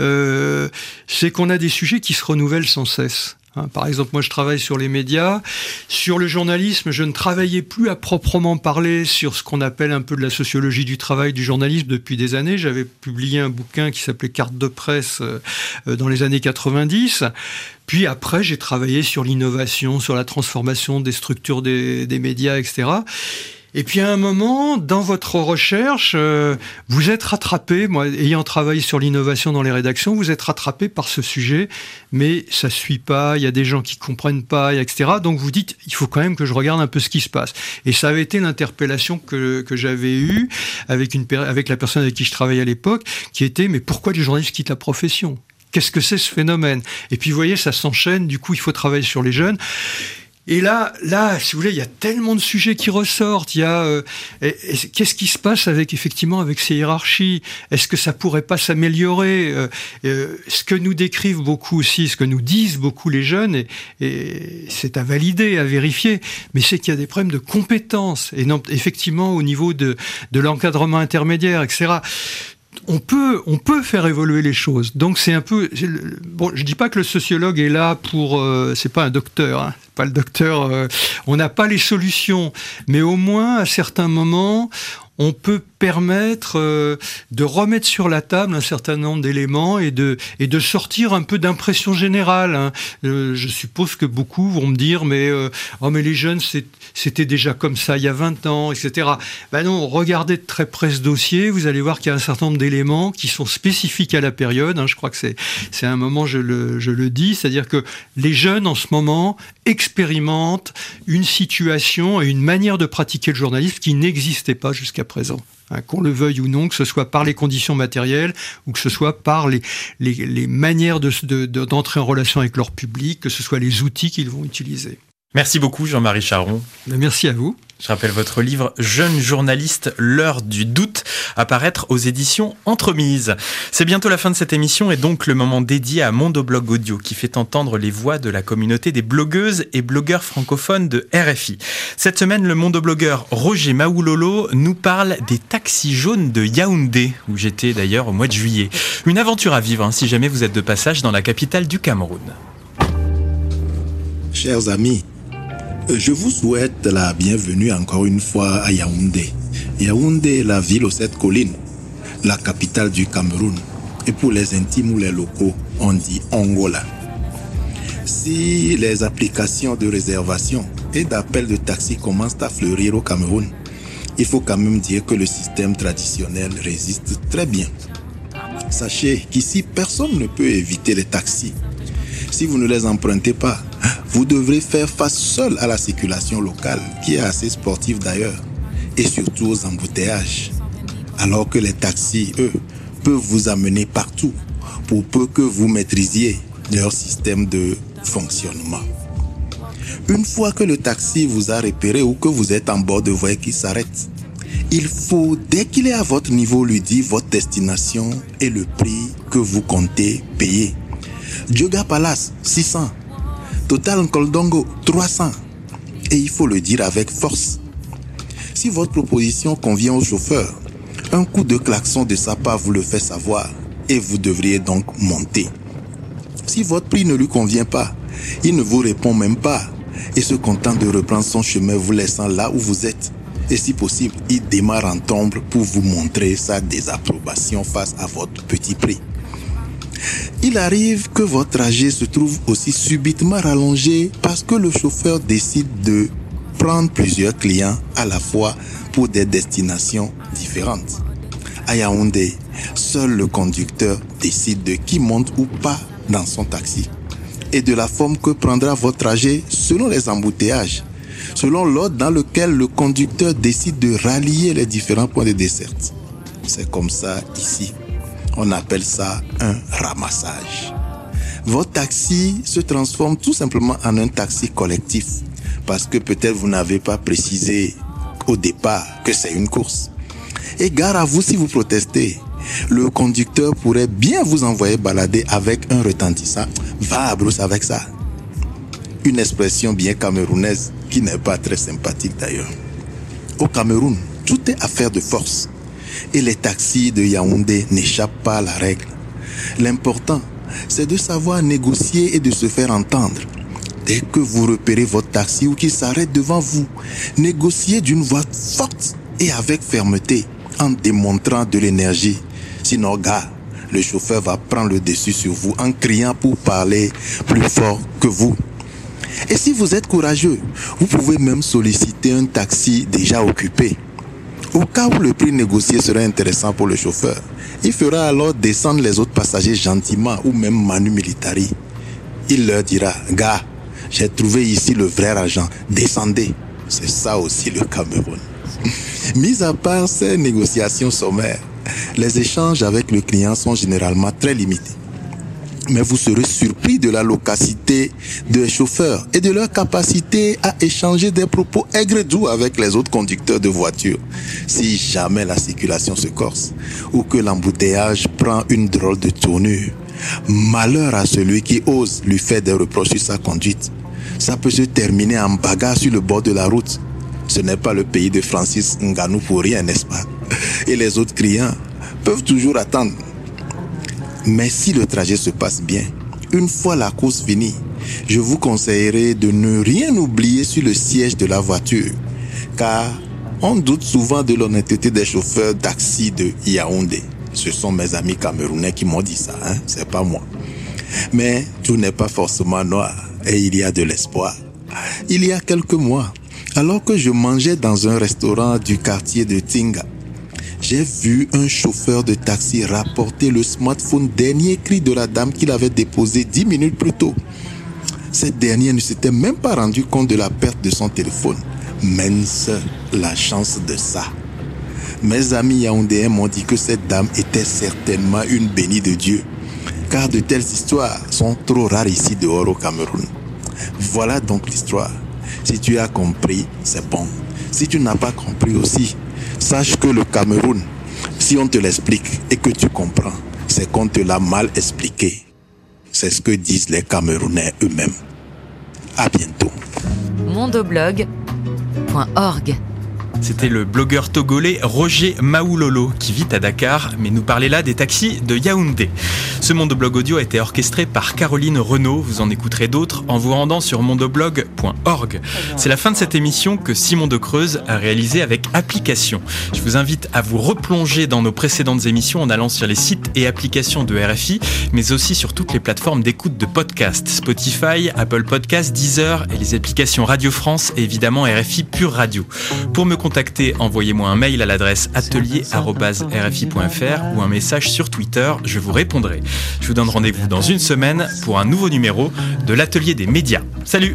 euh, c'est qu'on a des sujets qui se renouvellent sans cesse. Par exemple, moi je travaille sur les médias. Sur le journalisme, je ne travaillais plus à proprement parler sur ce qu'on appelle un peu de la sociologie du travail du journalisme depuis des années. J'avais publié un bouquin qui s'appelait Carte de presse dans les années quatre-vingt-dix. Puis après, j'ai travaillé sur l'innovation, sur la transformation des structures des, des médias, et cetera. Et puis à un moment, dans votre recherche, euh, vous êtes rattrapé, moi ayant travaillé sur l'innovation dans les rédactions, vous êtes rattrapé par ce sujet, mais ça suit pas, il y a des gens qui comprennent pas, et cetera. Donc vous dites, il faut quand même que je regarde un peu ce qui se passe. Et ça avait été l'interpellation que, que j'avais eue avec, une, avec la personne avec qui je travaillais à l'époque, qui était, mais pourquoi les journalistes quittent la profession ? Qu'est-ce que c'est ce phénomène ? Et puis vous voyez, ça s'enchaîne, du coup il faut travailler sur les jeunes. Et là, là, si vous voulez, il y a tellement de sujets qui ressortent. Il y a, euh, et, et, qu'est-ce qui se passe avec effectivement avec ces hiérarchies ? Est-ce que ça pourrait pas s'améliorer ? euh, euh, Ce que nous décrivent beaucoup aussi, ce que nous disent beaucoup les jeunes, et, et c'est à valider, à vérifier, mais c'est qu'il y a des problèmes de compétences, et non, effectivement au niveau de, de l'encadrement intermédiaire, et cetera. On peut, on peut faire évoluer les choses. Donc c'est un peu, c'est le, bon, je dis pas que le sociologue est là pour, euh, c'est pas un docteur, hein, c'est pas le docteur. Euh, on n'a pas les solutions, mais au moins à certains moments, on peut permettre euh, de remettre sur la table un certain nombre d'éléments et de et de sortir un peu d'impression générale. Hein. Euh, je suppose que beaucoup vont me dire mais euh, oh mais les jeunes c'est, c'était déjà comme ça il y a vingt ans, et cetera. Ben non, regardez de très près ce dossier, vous allez voir qu'il y a un certain nombre d'éléments qui sont spécifiques à la période. Hein. Je crois que c'est c'est un moment je le je le dis, c'est-à-dire que les jeunes en ce moment expérimentent une situation et une manière de pratiquer le journalisme qui n'existait pas jusqu'à présent. Hein, qu'on le veuille ou non, que ce soit par les conditions matérielles ou que ce soit par les, les, les manières de, de, de, d'entrer en relation avec leur public, que ce soit les outils qu'ils vont utiliser. Merci beaucoup Jean-Marie Charron. Merci à vous. Je rappelle votre livre « Jeune journaliste, l'heure du doute » à paraître aux éditions Entremises. C'est bientôt la fin de cette émission et donc le moment dédié à Mondoblog Audio qui fait entendre les voix de la communauté des blogueuses et blogueurs francophones de R F I. Cette semaine, le mondoblogueur Roger Maoulolo nous parle des taxis jaunes de Yaoundé, où j'étais d'ailleurs au mois de juillet. Une aventure à vivre hein, si jamais vous êtes de passage dans la capitale du Cameroun. Chers amis, je vous souhaite la bienvenue encore une fois à Yaoundé. Yaoundé est la ville aux sept collines, la capitale du Cameroun. Et pour les intimes ou les locaux, on dit Angola. Si les applications de réservation et d'appel de taxi commencent à fleurir au Cameroun, il faut quand même dire que le système traditionnel résiste très bien. Sachez qu'ici, personne ne peut éviter les taxis. Si vous ne les empruntez pas, vous devrez faire face seul à la circulation locale, qui est assez sportive d'ailleurs, et surtout aux embouteillages. Alors que les taxis, eux, peuvent vous amener partout, pour peu que vous maîtrisiez leur système de fonctionnement. Une fois que le taxi vous a repéré ou que vous êtes en bord de voie qui s'arrête, il faut, dès qu'il est à votre niveau, lui dire votre destination et le prix que vous comptez payer. Dioga Palace, six cents. Total Nkoldongo, trois cents. Et il faut le dire avec force. Si votre proposition convient au chauffeur, un coup de klaxon de sa part vous le fait savoir et vous devriez donc monter. Si votre prix ne lui convient pas, il ne vous répond même pas et se contente de reprendre son chemin vous laissant là où vous êtes. Et si possible, il démarre en tombe pour vous montrer sa désapprobation face à votre petit prix. Il arrive que votre trajet se trouve aussi subitement rallongé parce que le chauffeur décide de prendre plusieurs clients à la fois pour des destinations différentes. À Yaoundé, seul le conducteur décide de qui monte ou pas dans son taxi et de la forme que prendra votre trajet selon les embouteillages, selon l'ordre dans lequel le conducteur décide de rallier les différents points de desserte. C'est comme ça ici. On appelle ça un ramassage. Votre taxi se transforme tout simplement en un taxi collectif parce que peut-être vous n'avez pas précisé au départ que c'est une course. Et gare à vous si vous protestez. Le conducteur pourrait bien vous envoyer balader avec un retentissant. Va à brousse avec ça. Une expression bien camerounaise qui n'est pas très sympathique d'ailleurs. Au Cameroun, tout est affaire de force. Et les taxis de Yaoundé n'échappent pas à la règle. L'important, c'est de savoir négocier et de se faire entendre. Dès que vous repérez votre taxi ou qu'il s'arrête devant vous, négociez d'une voix forte et avec fermeté, en démontrant de l'énergie. Sinon, gars, le chauffeur va prendre le dessus sur vous en criant pour parler plus fort que vous. Et si vous êtes courageux, vous pouvez même solliciter un taxi déjà occupé. Au cas où le prix négocié serait intéressant pour le chauffeur, il fera alors descendre les autres passagers gentiment ou même manu militari. Il leur dira, gars, j'ai trouvé ici le vrai argent, descendez. C'est ça aussi le Cameroun. Mis à part ces négociations sommaires, les échanges avec le client sont généralement très limités. Mais vous serez surpris de la loquacité des chauffeurs et de leur capacité à échanger des propos aigres-doux avec les autres conducteurs de voitures. Si jamais la circulation se corse ou que l'embouteillage prend une drôle de tournure, malheur à celui qui ose lui faire des reproches sur sa conduite. Ça peut se terminer en bagarre sur le bord de la route. Ce n'est pas le pays de Francis Ngannou pour rien, n'est-ce pas? Et les autres clients peuvent toujours attendre. Mais si le trajet se passe bien, une fois la course finie, je vous conseillerais de ne rien oublier sur le siège de la voiture, car on doute souvent de l'honnêteté des chauffeurs taxi de Yaoundé. Ce sont mes amis camerounais qui m'ont dit ça, hein? C'est pas moi. Mais tout n'est pas forcément noir et il y a de l'espoir. Il y a quelques mois, alors que je mangeais dans un restaurant du quartier de Tinga, j'ai vu un chauffeur de taxi rapporter le smartphone dernier cri de la dame qu'il avait déposé dix minutes plus tôt. Cette dernière ne s'était même pas rendue compte de la perte de son téléphone. Mince la chance de ça. Mes amis yaoundéens m'ont dit que cette dame était certainement une bénie de Dieu, car de telles histoires sont trop rares ici dehors au Cameroun. Voilà donc l'histoire. Si tu as compris, c'est bon. Si tu n'as pas compris aussi, sache que le Cameroun, si on te l'explique et que tu comprends, c'est qu'on te l'a mal expliqué. C'est ce que disent les Camerounais eux-mêmes. À bientôt. mondoblog point org. C'était le blogueur togolais Roger Maoulolo qui vit à Dakar, mais nous parlait là des taxis de Yaoundé. Ce Mondoblog audio a été orchestré par Caroline Renaud. Vous en écouterez d'autres en vous rendant sur mondoblog point org. C'est la fin de cette émission que Simon de Creuse a réalisée avec Application. Je vous invite à vous replonger dans nos précédentes émissions en allant sur les sites et applications de R F I, mais aussi sur toutes les plateformes d'écoute de podcasts, Spotify, Apple Podcasts, Deezer et les applications Radio France et évidemment R F I Pure Radio. Pour me contacter, envoyez-moi un mail à l'adresse atelier arobase r f i point f r ou un message sur Twitter, je vous répondrai. Je vous donne rendez-vous dans une semaine pour un nouveau numéro de l'Atelier des médias. Salut!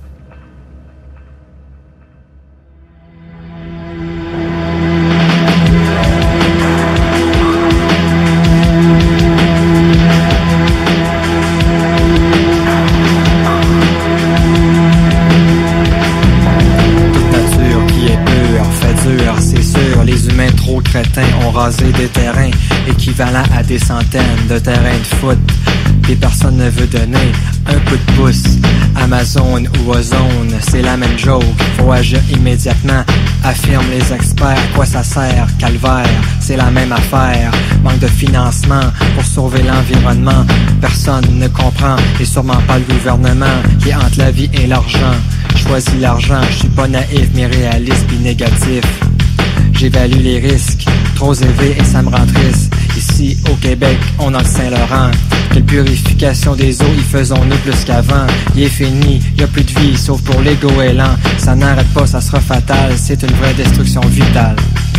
Ont rasé des terrains équivalents à des centaines de terrains de foot. Des personnes ne veulent donner un coup de pouce. Amazon ou Ozone, c'est la même joke. Faut agir immédiatement, affirment les experts. À quoi ça sert? Calvaire, c'est la même affaire. Manque de financement pour sauver l'environnement. Personne ne comprend, et sûrement pas le gouvernement qui est entre la vie et l'argent. Choisis l'argent, je suis pas naïf mais réaliste puis négatif. J'évalue les risques, trop élevés et ça me rend triste. Ici au Québec, on a le Saint-Laurent. Quelle purification des eaux, y faisons-nous plus qu'avant. Il est fini, y a plus de vie, sauf pour l'ego et l'an. Ça n'arrête pas, ça sera fatal, c'est une vraie destruction vitale.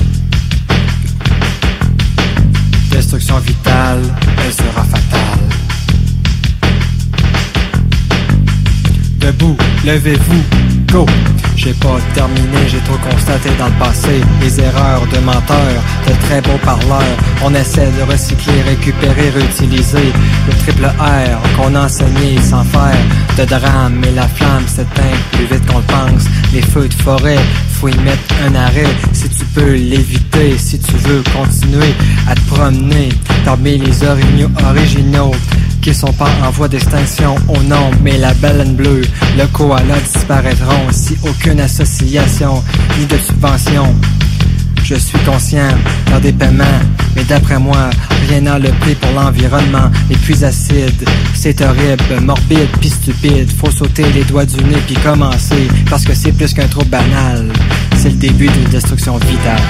Destruction vitale, elle sera fatale. Debout, levez-vous, go! J'ai pas terminé, j'ai trop constaté dans le passé les erreurs de menteurs, de très beaux parleurs. On essaie de recycler, récupérer, réutiliser le triple R qu'on a enseigné sans faire de drame. Mais la flamme s'éteint plus vite qu'on le pense. Les feux de forêt, faut y mettre un arrêt si tu peux l'éviter. Si tu veux continuer à te promener parmi les orignaux originaux qui sont pas en voie d'extinction au nom, mais la baleine bleue, le koala disparaîtront si aucune association ni de subvention. Je suis conscient dans des paiements, mais d'après moi, rien n'a le prix pour l'environnement. Les pluies acides, c'est horrible, morbide puis stupide. Faut sauter les doigts du nez puis commencer, parce que c'est plus qu'un trouble banal. C'est le début d'une destruction vitale.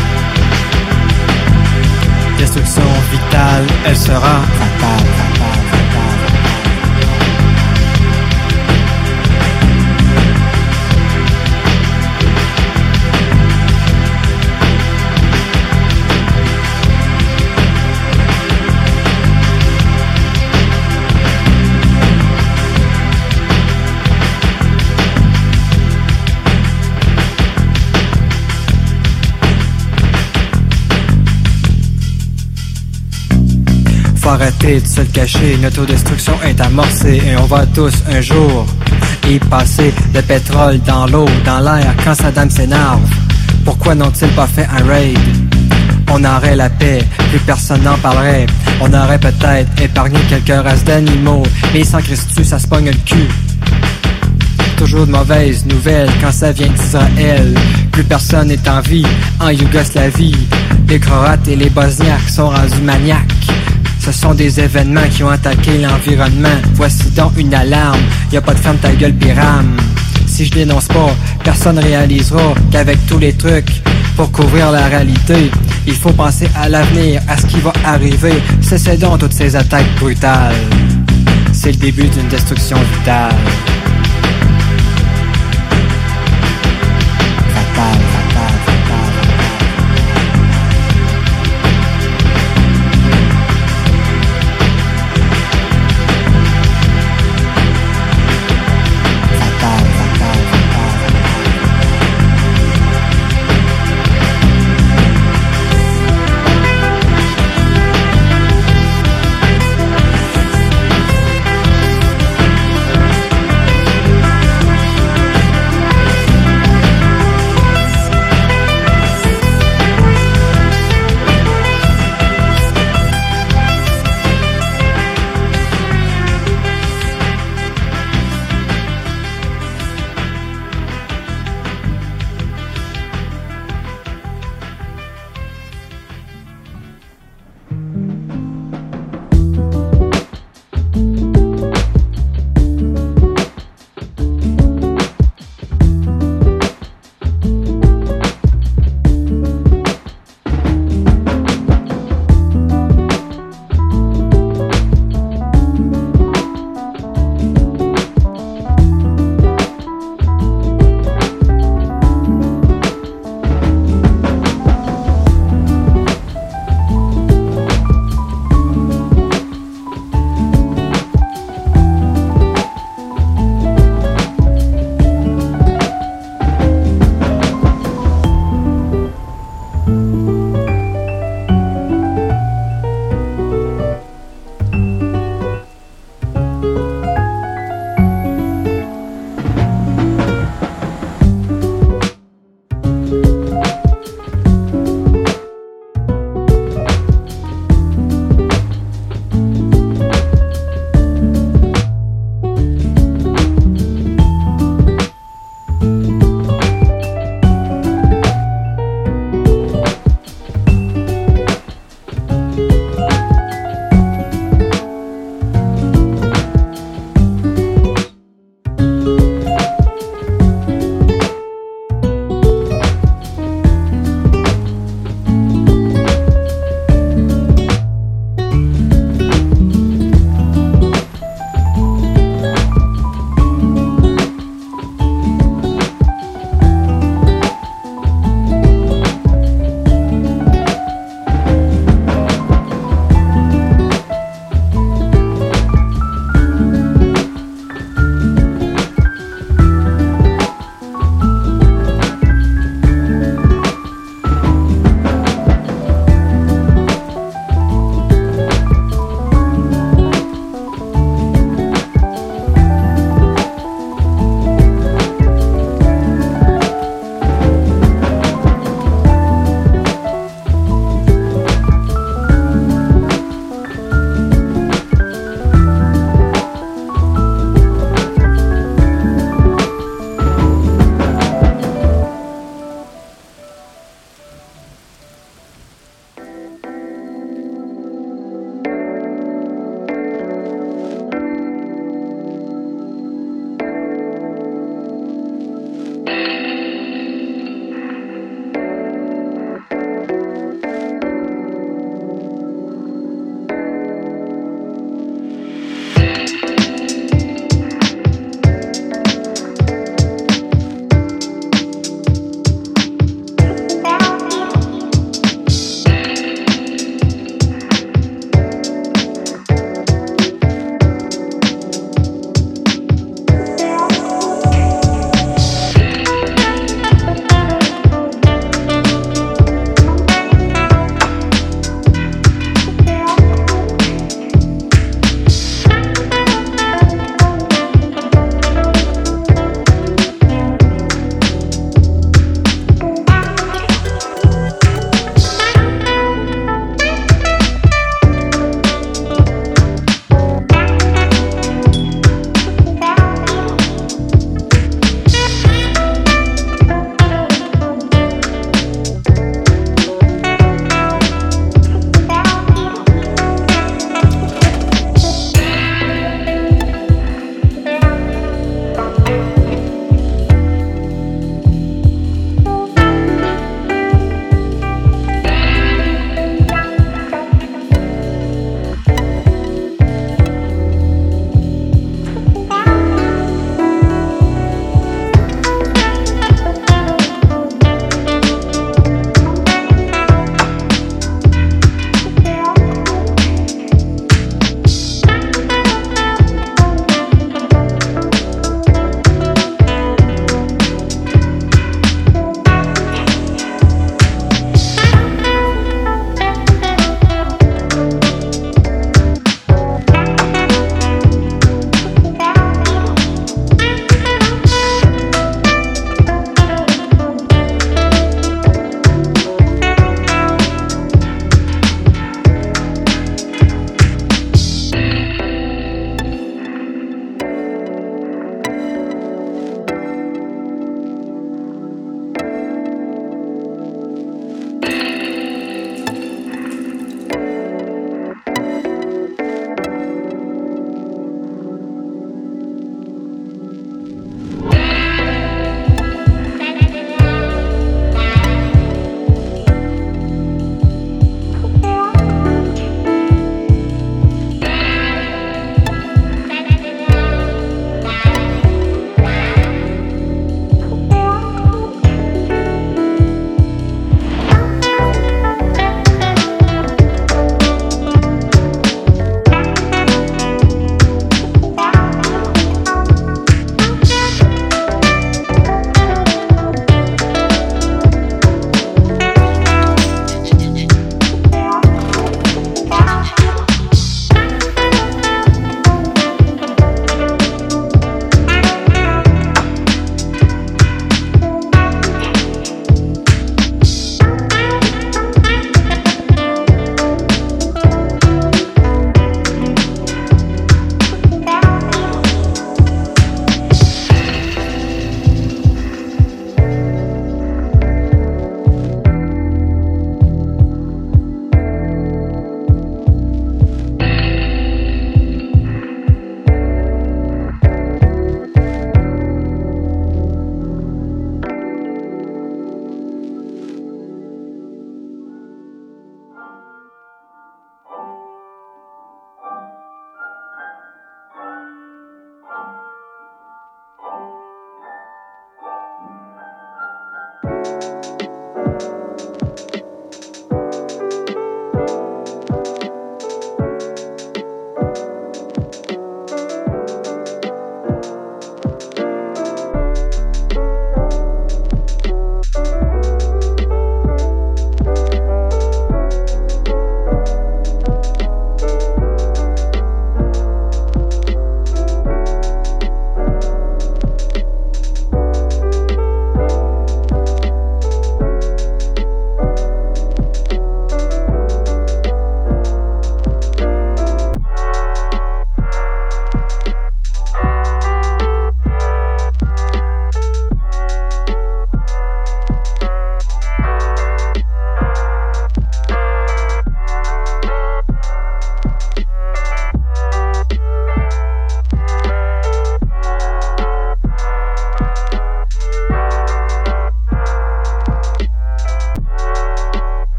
Destruction vitale, elle sera fatale, fatale, fatale. Faut arrêter de se le cacher, notre autodestruction est amorcée et on va tous un jour y passer. Le pétrole dans l'eau, dans l'air, quand Saddam s'énerve, pourquoi n'ont-ils pas fait un raid? On aurait la paix, plus personne n'en parlerait. On aurait peut-être épargné quelques races d'animaux, mais sans Christus, ça se pogne le cul. Toujours de mauvaises nouvelles quand ça vient d'Israël. Plus personne n'est en vie en Yougoslavie. Les Croates et les Bosniaques sont rendus maniaques. Ce sont des événements qui ont attaqué l'environnement. Voici donc une alarme, y a pas de ferme ta gueule pyram. Si je dénonce pas, personne réalisera qu'avec tous les trucs pour couvrir la réalité, il faut penser à l'avenir, à ce qui va arriver. Cessez donc toutes ces attaques brutales. C'est le début d'une destruction vitale. Fatale.